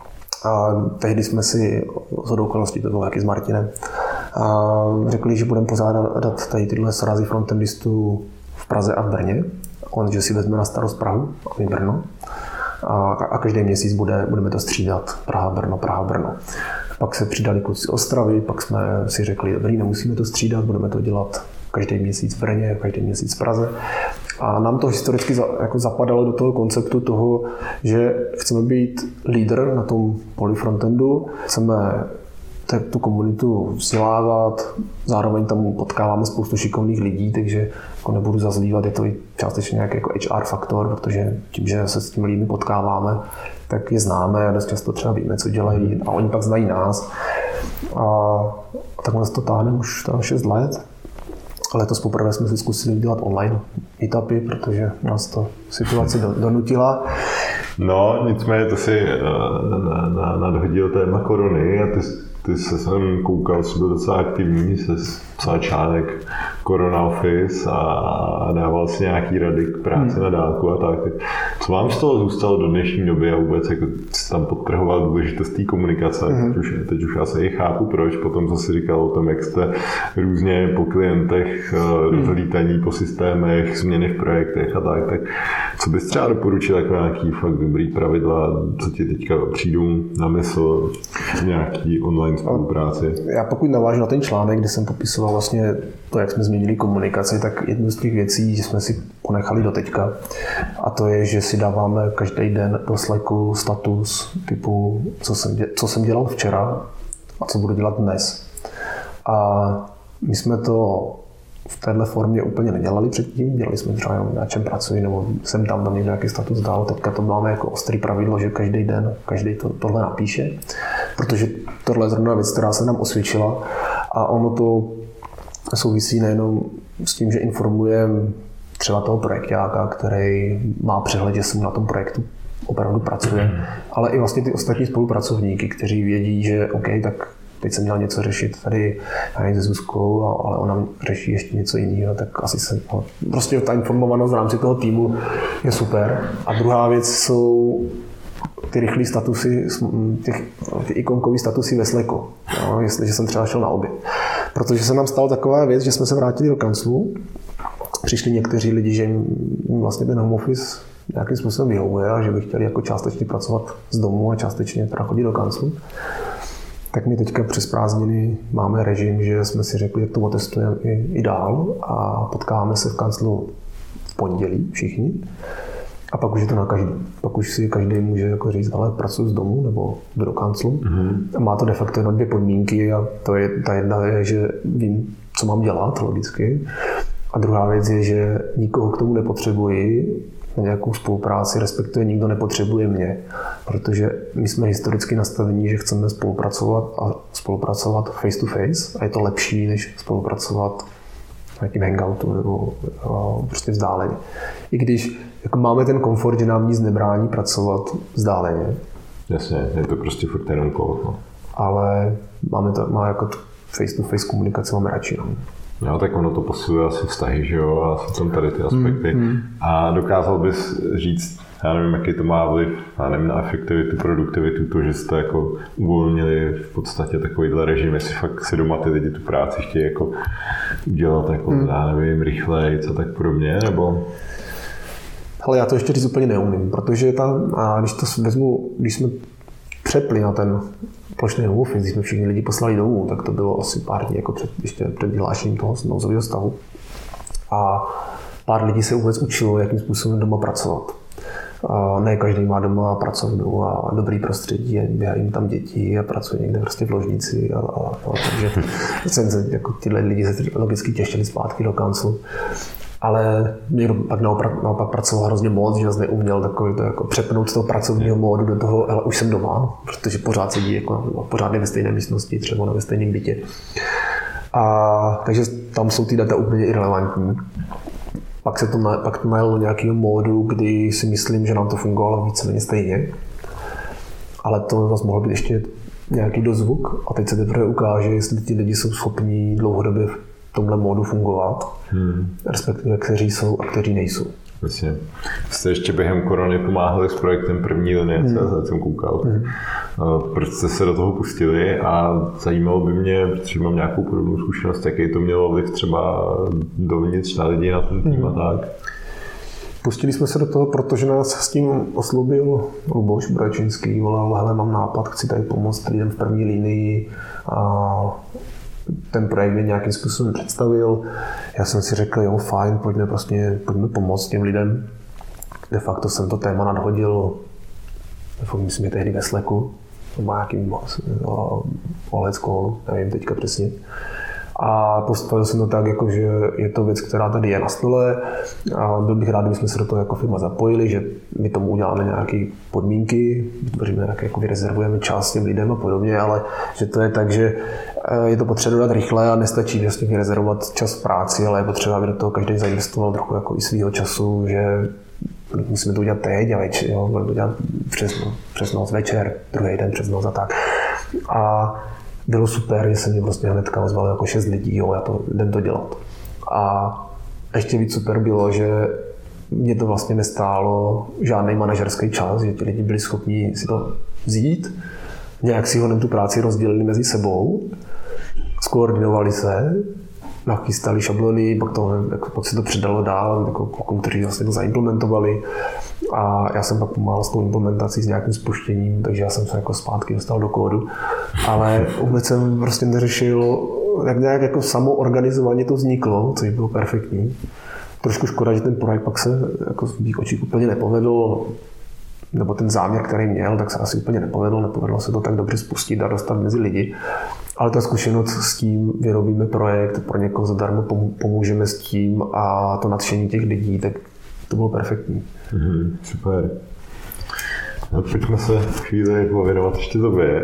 a tehdy jsme si shodou okolností, to bylo taky s Martinem, a řekli, že budeme pořádat tady tyhle srazy frontendistů v Praze a v Brně. On, že si vezme na starost Prahu a Brno a, a každý měsíc bude, budeme to střídat Praha, Brno, Praha, Brno. Pak se přidali kluci z Ostravy, pak jsme si řekli, dobrý, nemusíme to střídat, budeme to dělat každý měsíc v Brně, každý měsíc v Praze. A nám to historicky za, jako zapadalo do toho konceptu toho, že chceme být lídr na tom poli frontendu, chceme tu komunitu vzdělávat, zároveň tam potkáváme spoustu šikovných lidí, takže jako nebudu zazlívat, je to i částečně nějaký jako H R faktor, protože tím, že se s těmi lidmi potkáváme, tak je známe a dost často třeba víme, co dělají a oni pak znají nás. A takhle se to táhne už šest let. Letos poprvé jsme si zkusili udělat online meetupy, protože nás to situace donutila. No, nicméně to si nadhodil téma korony a ty, ty se sem koukal, jsi byl docela aktivní, jsi psal článek Corona Office a dával si nějaký rady k práci hmm. na dálku a tak. Co vám z toho zůstalo do dnešní doby a vůbec jako jsi tam podtrhoval důležitost té komunikace, hmm. teď, už, teď už asi i chápu proč, potom co jsi říkal o tom, jak jste různě po klientech rozhlítaní hmm. po systémech, změny v projektech a tak, tak co bys třeba doporučil jako nějaký fakt dobrý pravidla, co ti teďka přijdou na mysl v nějaký online spolupráci? Já pokud navážu na ten článek, kde jsem popisoval vlastně to, jak jsme změnili komunikaci, tak jednu z těch věcí, že jsme si ponechali do teďka, a to je, že si dáváme každý den do Slacku status typu, co jsem, dělal, co jsem dělal včera a co budu dělat dnes. A my jsme to v téhle formě úplně nedělali předtím, dělali jsme třeba jenom na čem pracuji, nebo jsem tam tam nějaký status dál. Teďka to máme jako ostrý pravidlo, že každý den každý to, tohle napíše, protože tohle je zrovna věc, která se nám osvědčila a ono to souvisí nejenom s tím, že informujeme třeba toho projektáka, který má přehled, že se na tom projektu opravdu pracuje, ale i vlastně ty ostatní spolupracovníky, kteří vědí, že OK, tak teď jsem měl něco řešit tady se Zuzkou, ale ona řeší ještě něco jiného, tak asi se... Prostě ta informovanost v rámci toho týmu je super. A druhá věc jsou ty rychlé statusy, těch, ty ikonkové statusy ve Slacku, no, jestliže jsem třeba šel na oběd. Protože se nám stala taková věc, že jsme se vrátili do kanclu, přišli někteří lidi, že jim vlastně ten home office nějakým způsobem vyhovuje a že by chtěli jako částečně pracovat z domu a částečně teda chodit do kanclu. Tak my teďka přes prázdniny máme režim, že jsme si řekli, jak to otestujeme i, i dál a potkáváme se v kanclu v pondělí všichni. A pak už je to na každý. Pak už si každý může jako říct, ale pracuji z domu nebo do kanclu. Mm-hmm. A má to de facto jenom dvě podmínky a to je, ta jedna je, že vím, co mám dělat, logicky. A druhá věc je, že nikoho k tomu nepotřebuji na nějakou spolupráci, respektive nikdo nepotřebuje mě, protože my jsme historicky nastavení, že chceme spolupracovat a spolupracovat face to face a je to lepší, než spolupracovat v nějakým hangoutu nebo prostě vzdáleně. I když jako máme ten komfort, že nám nic nebrání pracovat vzdáleně. Jasně, je to prostě furt jenom kolo. No. Ale máme to, má jako face to face komunikaci máme radši. No. Jo, tak ono to posiluje asi vztahy, že jo, a jsou tam tady ty aspekty. Mm, mm. A dokázal bys říct, já nevím, jaký to má vliv, já nevím, na efektivitu, produktivitu, to, že jste jako uvolnili v podstatě takovýhle režim, jestli fakt si doma ty lidi tu práci chtějí jako udělat, jako, mm. já nevím, rychleji, co tak podobně, nebo... Ale já to ještě říct úplně neumím, protože ta, a když to vezmu, když jsme přepli na ten plošný home office, když jsme všichni lidi poslali domů, tak to bylo asi pár dní jako před, ještě před vyhlášením toho nouzového stavu. A pár lidí se vůbec učilo, jakým způsobem doma pracovat. A ne každý má doma pracovnu a dobrý prostředí a běhají tam děti a pracuje někde prostě v ložnici. A, a, a, takže se, jako tyhle lidi se logicky těšili zpátky do kanclu. Ale někdo pak naopak, naopak pracoval hrozně moc, že zase neuměl takový to jako přepnout z toho pracovního módu do toho, ale už jsem doma, protože pořád sedí jako, pořád je ve stejné místnosti, třeba ve stejném bytě. A, takže tam jsou ty data úplně irelevantní. Pak se to, na, pak to najelo do nějakého módu, kdy si myslím, že nám to fungovalo víceméně stejně. Ale to zase mohl být ještě nějaký dozvuk a teď se teprve ukáže, jestli ti lidi jsou schopní dlouhodobě v tomhle módu fungovat, hmm. respektive kteří jsou a kteří nejsou. Vlastně. Jste ještě během korony pomáhali s projektem První linie, hmm. co jsem koukal. Hmm. Proč jste se do toho pustili a zajímalo by mě, protože mám nějakou podobnou zkušenost, jaký to mělo vliv třeba dovnitř na lidi, na ten tým hmm. a tak. Pustili jsme se do toho, protože nás s tím oslobil Luboš Brajčinský, volal, hele, mám nápad, chci tady pomoct lidem v první linii a ten projekt mě nějakým způsobem představil. Já jsem si řekl, jo, fajn, pojďme, prostě, pojďme pomoct těm lidem. De facto jsem to téma nadhodil, myslím, že tehdy ve Slacku, nebo nějakým Olec Call, nevím teďka přesně. A postavil jsem to tak, jako, že je to věc, která tady je na stole a byl bych rád, kdybychom se do toho jako firma zapojili, že my tomu uděláme nějaké podmínky, vytvoříme nějaké, jako vyrezervujeme čas těm lidem a podobně, ale že to je tak, že je to potřeba dodat rychle a nestačí vlastně vyrezervovat čas v práci, ale je potřeba, aby do toho každý zainvestoval trochu jako i svýho času, že musíme to udělat teď a večer, jo, budeme to dělat přes, přes noc večer, druhý den přes noc a tak. A bylo super, že se mě prostě hnedka ozvalo jako šest lidí, jo, já to jdem to dělat. A ještě víc super bylo, že mě to vlastně nestálo žádný manažerský čas, že ti lidi byli schopni si to vzít, nějak si ho tu práci rozdělili mezi sebou, skoordinovali se, nachystali šablony, pak, to, jako, pak se to předalo dál, jako klukům, kteří vlastně to zaimplementovali. A já jsem pak pomáhal s tou implementací s nějakým spuštěním, takže já jsem se jako zpátky dostal do kódu. Ale vůbec jsem prostě neřešil, jak nějak jako samoorganizovaně to vzniklo, což bylo perfektní. Trošku škoda, že ten projekt pak se jako z mých očí úplně nepovedl, nebo ten záměr, který měl, tak se asi úplně nepovedl, nepovedlo se to tak dobře spustit a dostat mezi lidi. Ale ta zkušenost s tím, vyrobíme projekt, pro někoho zadarmo pomůžeme s tím a to nadšení těch lidí, tak to bylo perfektní. Mm, super. No, pojďme se chvíli pověnovat ještě tobě.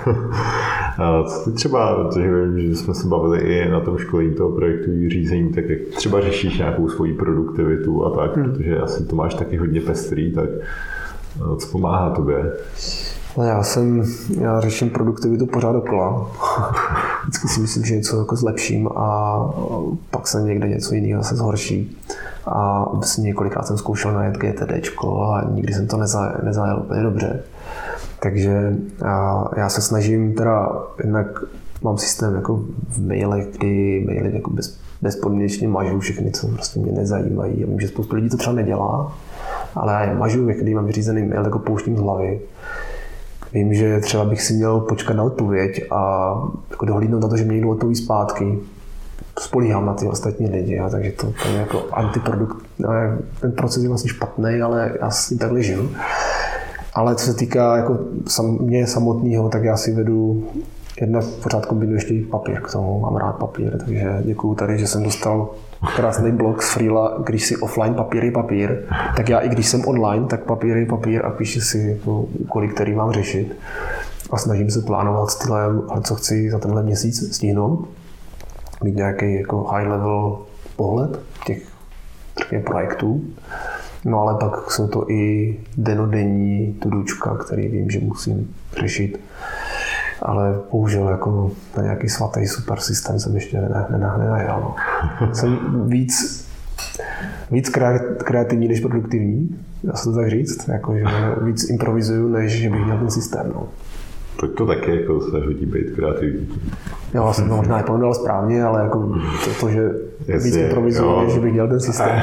Co ty třeba, protože vím, že jsme se bavili i na tom školení toho projektu řízení, tak jak třeba řešíš nějakou svoji produktivitu a tak, hmm. protože asi to máš taky hodně pestrý, tak co pomáhá tobě? No já jsem, já řeším produktivitu pořád dokola. Vždycky si myslím, že něco jako zlepším a pak se někde něco jiného se zhorší. A vlastně několikrát jsem zkoušel najet GTDčko a nikdy jsem to neza, nezajel úplně dobře. Takže já, já se snažím teda, jednak mám systém jako v mailech, kdy maily jako bez, bezpodmínečně mažu všechny, co prostě mě nezajímají. Já vím, že spoustu lidí to třeba nedělá, ale já je mažu, když mám vyřízený mail, tak ho pouštím z hlavy. Vím, že třeba bych si měl počkat na odpověď a jako dohlídnout na to, že mě někdo odpoví zpátky. Spolíhám na ty ostatní lidi, a takže to, to je jako antiprodukt. Ten proces je vlastně špatný, ale já s tím takhle žiju. Ale co se týká jako sam, mě samotného, tak já si vedu Jedna pořád kombinuji ještě papír k tomu, mám rád papír, takže děkuju tady, že jsem dostal krásný blog z Freela, když si offline papír je papír, tak já i když jsem online, tak papír je papír a píšu si jako úkoly, který mám řešit. A snažím se plánovat stylem, co chci za tenhle měsíc stihnout. Mít nějaký jako high level pohled těch projektů. No ale pak jsou to i denodenní tudučka, který vím, že musím řešit. Ale bohužel jako na nějaký svatý super systém jsem ještě nenajel. No. Jsem víc, víc kreativní než produktivní, dá se to tak říct. Jako, že víc improvizuju, než že bych měl ten systém. No. Tak to taky jako se hodí být kreativní. Jo, já jsem to možná nepomínal správně, ale jako to, to že Jasně, víc improvizuju, než že bych měl ten systém.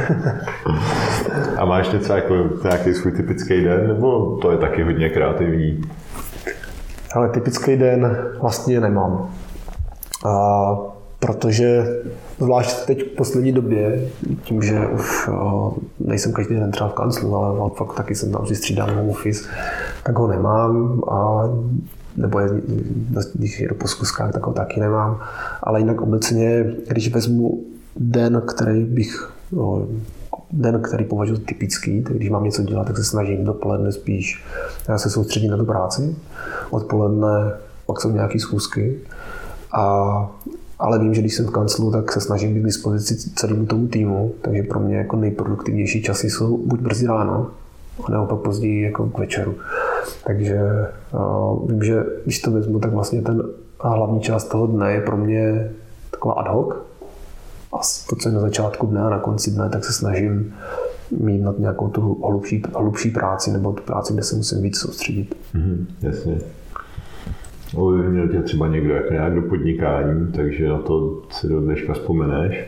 A máš něco jako nějaký svůj typický den, nebo to je taky hodně kreativní? Ale typický den vlastně nemám. A protože zvlášť teď v poslední době, tím, že už nejsem každý den třeba v kanclu, ale fakt taky jsem tam si střídám home office, tak ho nemám. A, nebo je, když jedu po zkuskách, tak ho taky nemám. Ale jinak obecně, když vezmu den, který bych, no, den, který považuji za typický, tak když mám něco dělat, tak se snažím dopoledne spíš já se soustředit na tu práci. Odpoledne pak jsou nějaké schůzky. A, ale vím, že když jsem v kanclu, tak se snažím být k dispozici celému tomu týmu, takže pro mě jako nejproduktivnější časy jsou buď brzy ráno, nebo pak později jako k večeru. Takže uh, vím, že když to vezmu, tak vlastně ten hlavní část toho dne je pro mě taková ad hoc. A to, co je na začátku dne a na konci dne, tak se snažím mít na nějakou tu hlubší, hlubší práci nebo tu práci, kde se musím víc soustředit. Mm, jasně. Ovlivnil tě třeba někdo jako nějak do podnikání, takže na to si do dneška vzpomeneš?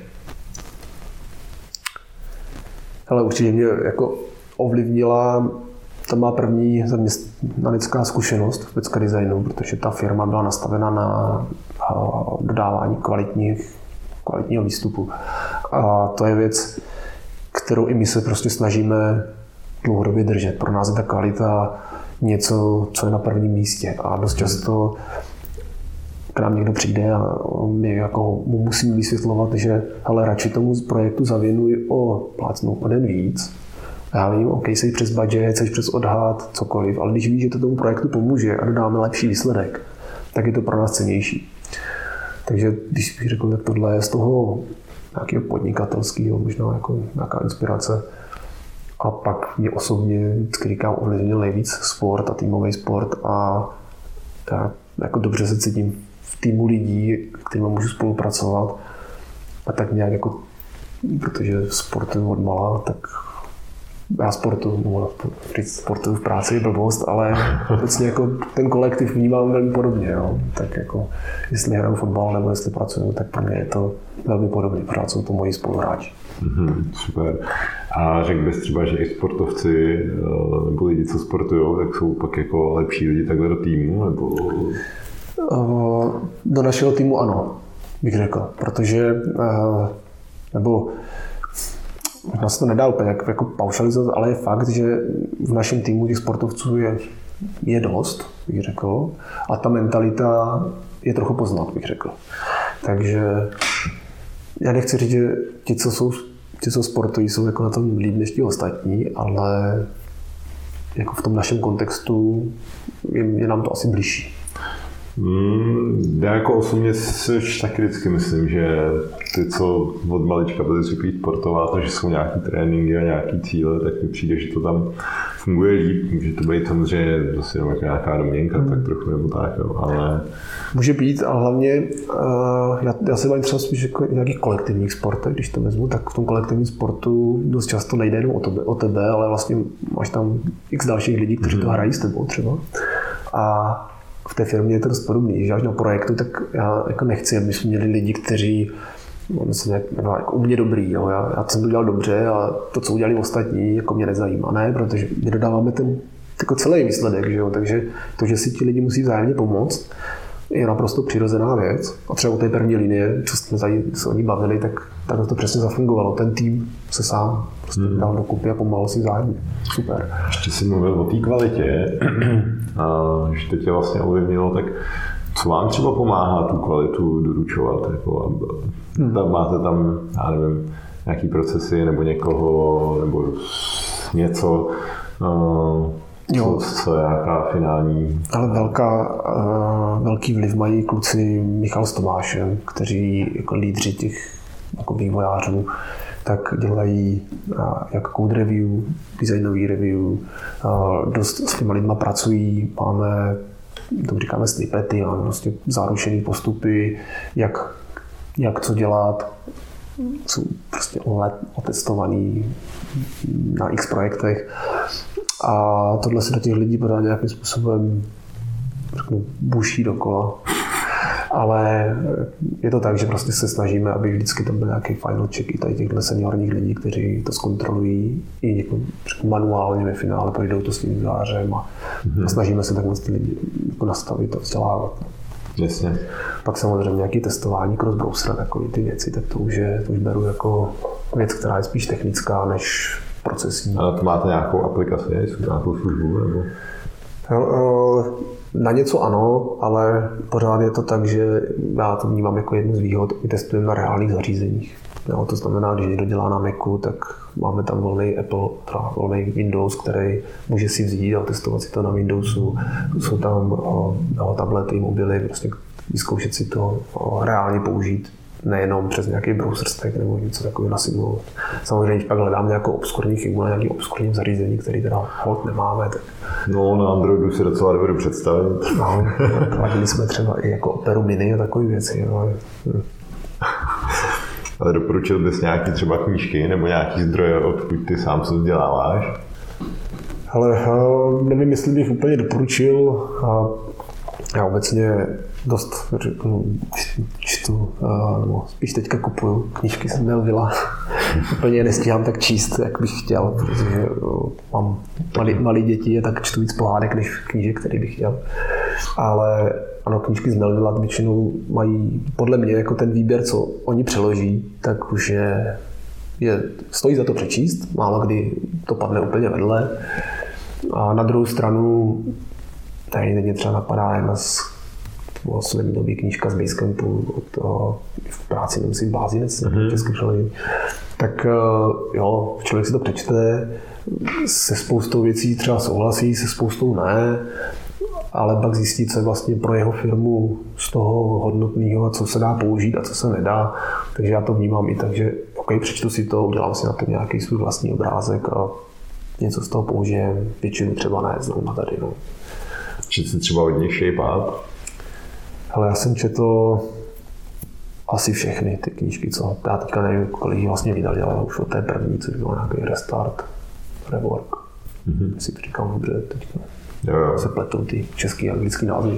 Ale určitě mě jako ovlivnila ta má první zaměstnanecká zkušenost v Pecka Designu, protože ta firma byla nastavena na dodávání kvalitních, kvalitního výstupu. A to je věc, kterou i my se prostě snažíme dlouhodobě držet. Pro nás je ta kvalita něco, co je na prvním místě. A dost často k nám někdo přijde a my jako mu musíme vysvětlovat, že hele, radši tomu projektu zavěnuj o plácnou o den víc. Já vím, OK, jsi přes budget, jsi přes odhad, cokoliv, ale když víš, že to tomu projektu pomůže a dodáme lepší výsledek, tak je to pro nás cennější. Takže když bych řekl, tak tohle je z toho nějakého podnikatelského, možná jako nějaká inspirace. A pak mě osobně, vždycky říkám, ovlivnil nejvíc sport a týmový sport a já jako dobře se cítím v týmu lidí, kterými můžu spolupracovat. A tak nějak jako, protože sportuju od mala, tak já sportuju, no, sportuju v práci je blbost, ale vlastně jako ten kolektiv vnímám velmi podobně. Jo. Tak jako, jestli hraju fotbal nebo jestli pracuju, tak pro mě je to velmi podobně, pořád jsou to moji spoluhráči. Mm-hmm, super. A řekl bys třeba, že i sportovci nebo lidi, co sportují, tak jsou pak jako lepší lidi takhle do týmu? Nebo... Do našeho týmu ano, bych řekl, protože nebo možná se to nedá úplně jako paušalizovat, ale je fakt, že v našem týmu těch sportovců je, je dost, bych řekl, a ta mentalita je trochu poznat, bych řekl. Takže já nechci říct, že ti, co jsou, ti, co sportují, jsou jako na tom líp než ti ostatní, ale jako v tom našem kontextu je, je nám to asi bližší. Hmm, já jako osobně si taky vždycky myslím, že ty, co od malička byli zvyklí sportovat, že jsou nějaký tréninky a nějaký cíle, tak mi přijde, že to tam funguje líp. Může to být samozřejmě zase jako nějaká domněnka, hmm. tak trochu nebo tak, ale... Může být, ale hlavně uh, já, já se bavím třeba spíš jako nějakých kolektivních sportech, když to vezmu, tak v tom kolektivním sportu dost často nejde jenom o tebe, o tebe ale vlastně máš tam x dalších lidí, kteří hmm. to hrají s tebou třeba. A v té firmě je to dost podobný, že až na projektu, tak já jako nechci, aby jsme měli lidi, kteří myslím, jako u mě dobrý, jo. Já, já jsem to dělal dobře a to, co udělali ostatní, jako mě nezajímá, ne, protože my dodáváme ten jako celý výsledek, že jo, takže to, že si ti lidi musí vzájemně pomoct, je naprosto přirozená věc. A třeba u té první linie, co jsme tady se o ní bavili, tak, tak to přesně zafungovalo. Ten tým se sám prostě hmm. dal dokupy a pomáhal si vzájemně. Super. Ještě jsi mluvil o té kvalitě a že teď tě vlastně ovlivnilo, tak Co vám třeba pomáhá tu kvalitu doručovat? Jako, tam máte tam, já nevím, nějaký procesy nebo někoho, nebo něco, co, co je nějaká finální... Ale velká, velký vliv mají kluci Michal s Tomášem, kteří jako lídři těch jako vývojářů, tak dělají jak code review, designový review, dost s těma lidma pracují, máme, to říkáme snippety, máme prostě zaručený postupy, jak, jak co dělat, jsou prostě let otestovaný na x projektech a tohle se do těch lidí podá nějakým způsobem řeknu, buší dokola. Ale je to tak, že prostě se snažíme, aby vždycky tam byl nějaký final check i tady těchto seniorních lidí, kteří to zkontrolují i jako manuálně ve finále, projdou to s tím vývojářem a, mm-hmm. a snažíme se takhle ty lidi jako nastavit a vzdělávat. Jasně. Pak samozřejmě nějaké testování cross-browser, takové ty věci, tak to už, je, to už beru jako věc, která je spíš technická než procesní. A to máte nějakou aplikaci, nějakou službu? Nebo? Na něco ano, ale pořád je to tak, že já to vnímám jako jednu z výhod, my testujeme na reálných zařízeních. Jo, to znamená, když někdo dělá na Macu, tak máme tam volný Apple, teda volný Windows, který může si vzít a testovat si to na Windowsu. Jsou tam o, tablety, mobily, prostě vyzkoušet si to o, reálně použít. Nejenom přes nějaký browser stack nebo něco takového nasimulovat. Samozřejmě, když pak hledám nějakou obskurní chybu na nějaký obskurním zařízení, který teda hold nemáme, tak... No, na Androidu si docela dovedu představit. No, kladili jsme třeba i jako Operu Mini a takové věci. No. Ale doporučil bys nějaký třeba knížky nebo nějaký zdroje, odkud ty sám se vzděláváš? Ale nevím, jestli bych úplně doporučil. Já obecně dost čtu, nebo spíš teďka kupuju knížky z Melvilla. Úplně nestíhám tak číst, jak bych chtěl, protože mám malý, malý děti a tak čtu víc pohádek než knížek, který bych chtěl. Ale ano, knížky z Melvilla většinou mají podle mě jako ten výběr, co oni přeloží, tak už je, je stojí za to přečíst, málo kdy to padne úplně vedle. A na druhou stranu tady mě třeba napadá jedna z poslední době knížka z Basecampu od v práci nemyslím Blázinec, mm-hmm. český člověk. Tak jo, člověk si to přečte, se spoustou věcí třeba souhlasí, se spoustou ne, ale pak zjistí, co je vlastně pro jeho firmu z toho hodnotného a co se dá použít a co se nedá. Takže já to vnímám i tak, že ok, přečtu si to, udělám si na to nějaký svůj vlastní obrázek a něco z toho použijem, většinu třeba ne, zrovna tady. No. Četl jsi třeba hodně Shape-up? Hele, já jsem četl asi všechny ty knížky, co já teďka nevím, kolik vlastně vydali, ale už od té první, což byl nějaký Restart, Rework. Mm-hmm. Jestli to říkám dobře, teďka jo, jo. se pletou ty český a anglický názvy.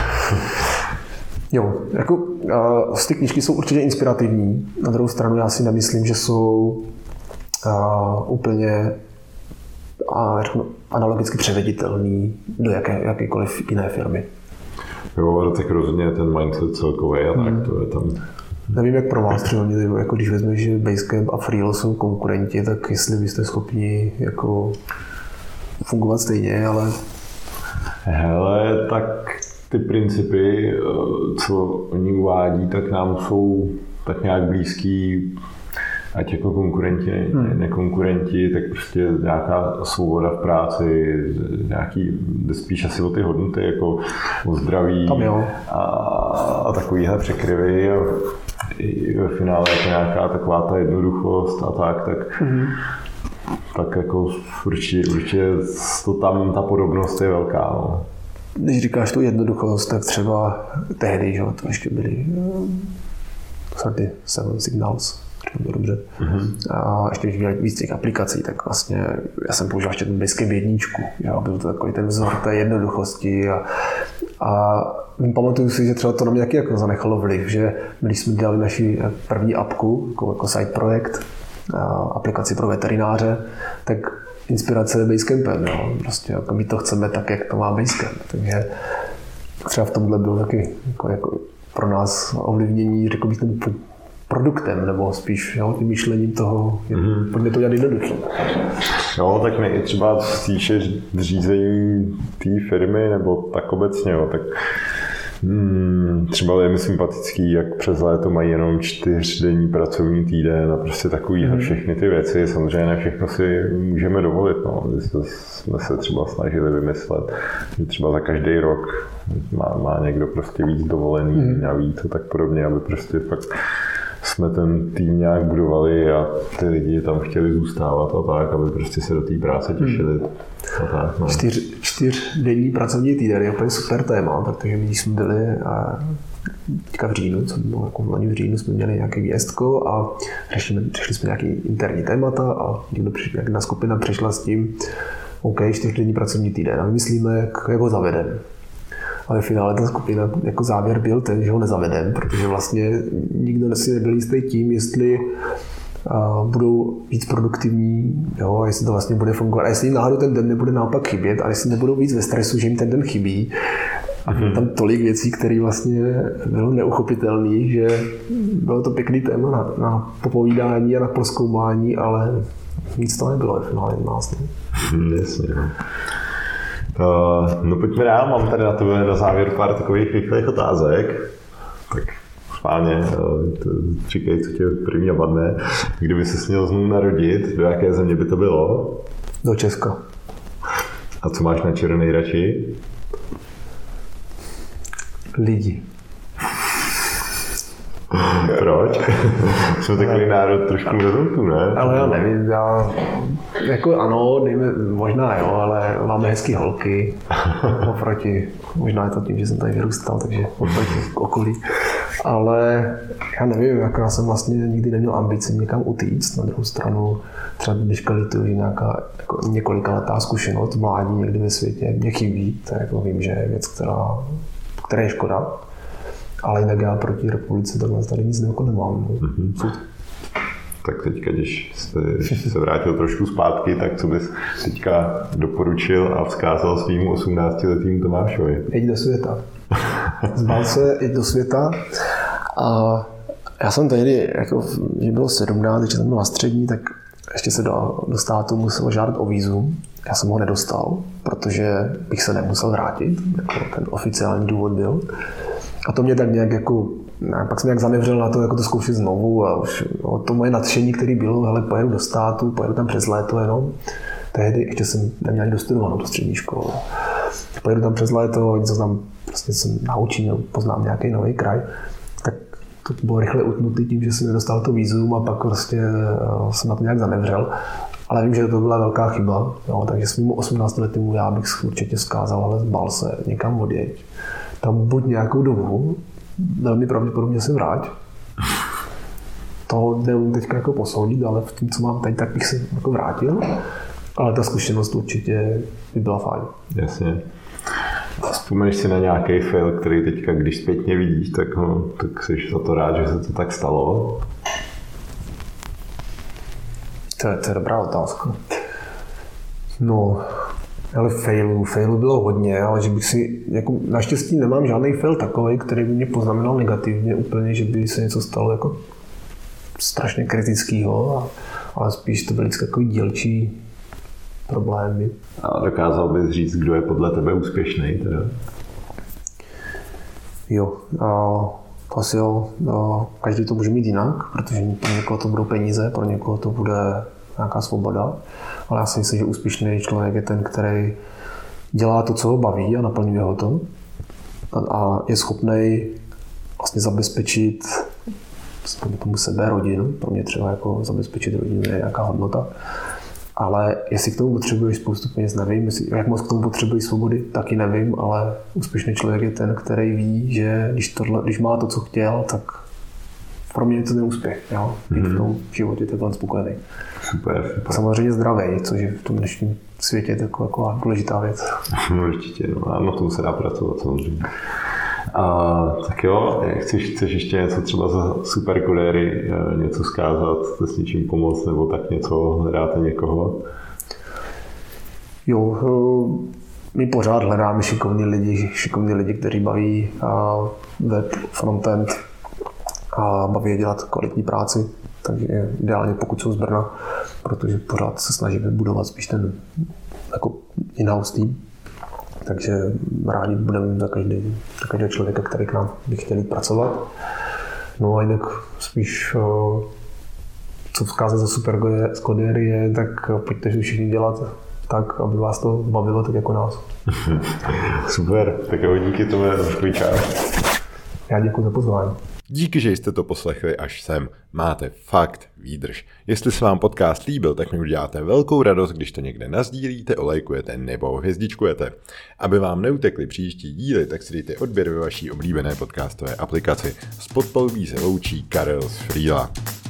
Jo, jako uh, z ty knížky jsou určitě inspirativní, na druhou stranu já si nemyslím, že jsou uh, úplně a řeknu, analogicky převeditelný do jaké, jakékoliv jiné firmy. Jo, tak rozhodně ten mindset celkový a tak, hmm. to je tam... Nevím, jak pro vás třeba, jako když vezmeš, že Basecamp a Freelo jsou konkurenti, tak jestli byste schopni jako fungovat stejně, ale... Hele, tak ty principy, co oni uvádí, tak nám jsou tak nějak blízký, ať jako konkurenti, hmm. nekonkurenti, tak prostě nějaká svoboda v práci, nějaký, jde spíš asi o ty hodnoty, jako o zdraví a, a takovýhle překryvy. A i ve finále jako nějaká taková ta jednoduchost a tak, tak, hmm. tak jako určitě, určitě to tam, ta podobnost je velká. No. Když říkáš tu jednoduchost, tak třeba tehdy, že to ještě byly um, Seven Signals. Dobře. Mm-hmm. A ještě když měl víc těch aplikací, tak vlastně já jsem používal ještě ten Basecamp jedničku. Jo, byl to takový ten vzor té jednoduchosti a, a pamatuju si, že třeba to na mě taky jako zanechalo vliv, že když jsme dělali naši první apku, jako, jako side projekt, aplikaci pro veterináře, tak inspirace je Basecampem. Jo. Prostě jako my to chceme tak, jak to má Basecamp. Takže třeba v tomhle bylo taky jako, jako pro nás ovlivnění, řekl bych, ten produktem, nebo spíš jo, tím myšlením toho, mm-hmm. pojďme to dělat jednoduše. Jo, tak my i třeba týče řízení té firmy, nebo tak obecně, jo, tak Hmm, třeba je mi sympatický, jak přes léto mají jenom čtyřdenní pracovní týden a prostě takový hmm. všechny ty věci. Samozřejmě ne všechno si můžeme dovolit. No. Jsme se třeba snažili vymyslet, že třeba za každý rok má, má někdo prostě víc dovolený hmm. navíc a tak podobně, aby prostě fakt jsme ten tým nějak budovali a ty lidi tam chtěli zůstávat a tak, aby prostě se do té práce těšili. Hmm. A tak, no. Čtyř, čtyřdenní pracovní týden je úplně super téma, protože my když jsme byli a teďka v říjnu, co bylo jako v loni v říjnu, jsme měli nějaké výjezdko a řešili, řešili jsme nějaké interní témata a někdo přišel, jedna skupina přišla s tím, OK, čtyřdenní pracovní týden a vymyslíme, jak, jak ho zavedeme. A ve finále ta skupina jako závěr byl ten, že ho nezavedeme, protože vlastně nikdo si nebyl jistý tím, jestli a budou víc produktivní, jo, a jestli to vlastně bude fungovat. A jestli jim náhodou ten den nebude naopak chybět, a jestli nebudou víc ve stresu, že jim ten den chybí. A bylo tam tolik věcí, které vlastně bylo neuchopitelné, že bylo to pěkný téma na, na popovídání a na prozkoumání, ale nic to nebylo ve finále u nás. Ne? Hmm, jasně. Uh, no pojďme dál, mám tady na tebe na závěr pár takových rychlých otázek. Tak schválně, říkej, co tě první napadne. Kdyby se směl znovu narodit, do jaké země by to bylo? Do Česka. A co máš na černé nejradši? Lidi. Proč? Jsme takový národ trošku rozumku, ne? Ale já nevím, já, jako ano, dejme, možná jo, ale máme hezký holky oproti, možná je to tím, že jsem tady vyrůstal, takže oproti okolí. Ale já nevím, jako já jsem vlastně nikdy neměl ambici někam utíct. Na druhou stranu třeba dneška lituju, že nějaká jako několikaletá zkušenost mládí někdy ve světě mě chybí. To jako vím, že je věc, která, která je škoda. Ale jinak já proti republice takhle tady nic jako nemám. Mm-hmm. Tak teďka, když jsi se vrátil trošku zpátky, tak co bys teďka doporučil a vzkázal svýmu osmnáctiletýmu Tomášovi? Jeď do světa. Zbal se, jeď do světa. A já jsem tehdy, jako, že bylo sedmnáct, když jsem byl na střední, tak ještě se do, do státu musel žádat o vízum. Já jsem ho nedostal, protože bych se nemusel vrátit. Jako ten oficiální důvod byl. A to mě tak nějak jako, ne, pak jsem nějak zanevřel na to, jako to zkoušet znovu a už o to moje nadšení, které bylo, hele, pojedu do státu, pojedu tam přes léto jenom. Tehdy ještě jsem neměl ani dostudovanou do střední školy. Pojedu tam přes léto, něco tam prostě jsem naučím, poznám nějaký nový kraj. Tak to bylo rychle utnutý tím, že jsem nedostal to vízum a pak prostě jsem na to nějak zanevřel. Ale vím, že to byla velká chyba, jo, takže svýmu osmnáctiletému já bych určitě vzkázal, ale zbal se, někam odjeď. Tam buď nějakou dobu, velmi pravděpodobně se vrať. To jde teďka jako posoudit, ale v tom, co mám teď, tak bych se jako vrátil. Ale ta zkušenost určitě by byla fajn. Jasně. Vzpomeneš si na nějaký fail, který teďka, když zpětně vidíš, tak, no, tak jsi za to rád, že se to tak stalo? To je, to je dobrá otázka. No, ale failů, failů bylo hodně, ale že bych si, jako naštěstí nemám žádný fail takový, který by mě poznamenal negativně úplně, že by se něco stalo jako strašně kritického, ale spíš to byly takový dílčí problémy. A dokázal bys říct, kdo je podle tebe úspěšný teda? Jo, a asi jo, a každý to může mít jinak, protože pro někoho to budou peníze, pro někoho to bude nějaká svoboda, ale já si myslím, že úspěšný člověk je ten, který dělá to, co ho baví a naplňuje ho to a je schopný vlastně zabezpečit tomu sebe, rodinu, pro mě třeba jako zabezpečit rodinu je nějaká hodnota, ale jestli k tomu potřebuješ spoustu peněz, nevím, jestli, jak moc k tomu potřebuješ svobody, taky nevím, ale úspěšný člověk je ten, který ví, že když, tohle, když má to, co chtěl, tak pro mě je to neúspěch, jo? Být mm-hmm. v tom životě takhle spokojený. Super, super. A samozřejmě zdravý, což je v tom dnešním světě taková důležitá věc. Určitě, no, a na tom se dá pracovat samozřejmě. A, tak jo, chceš, chceš ještě něco třeba za superkodéry, něco zkázat, s něčím pomoct, nebo tak něco, hledáte někoho? Jo, my pořád hledáme šikovní lidi, šikovní lidi, kteří baví web, frontend a baví je dělat kvalitní práci, takže ideálně pokud jsou z Brna, protože pořád se snažíme budovat spíš ten jako in-house tým. takže rádi budeme za každý, za každého člověka, který k nám by chtěl jít pracovat. No a jinak spíš, co vzkázat za Superskodiery je, tak pojďte si všichni dělat tak, aby vás to bavilo tak jako nás. Super, tak jo, díky tomu je takový čas. Já děkuji za pozvání. Díky, že jste to poslechli až sem. Máte fakt výdrž. Jestli se vám podcast líbil, tak mi uděláte velkou radost, když to někde nazdílíte, olejkujete nebo hvězdičkujete. Aby vám neutekly příští díly, tak si dejte odběr ve vaší oblíbené podcastové aplikaci. Z podpalubí se loučí Karel z Frýla.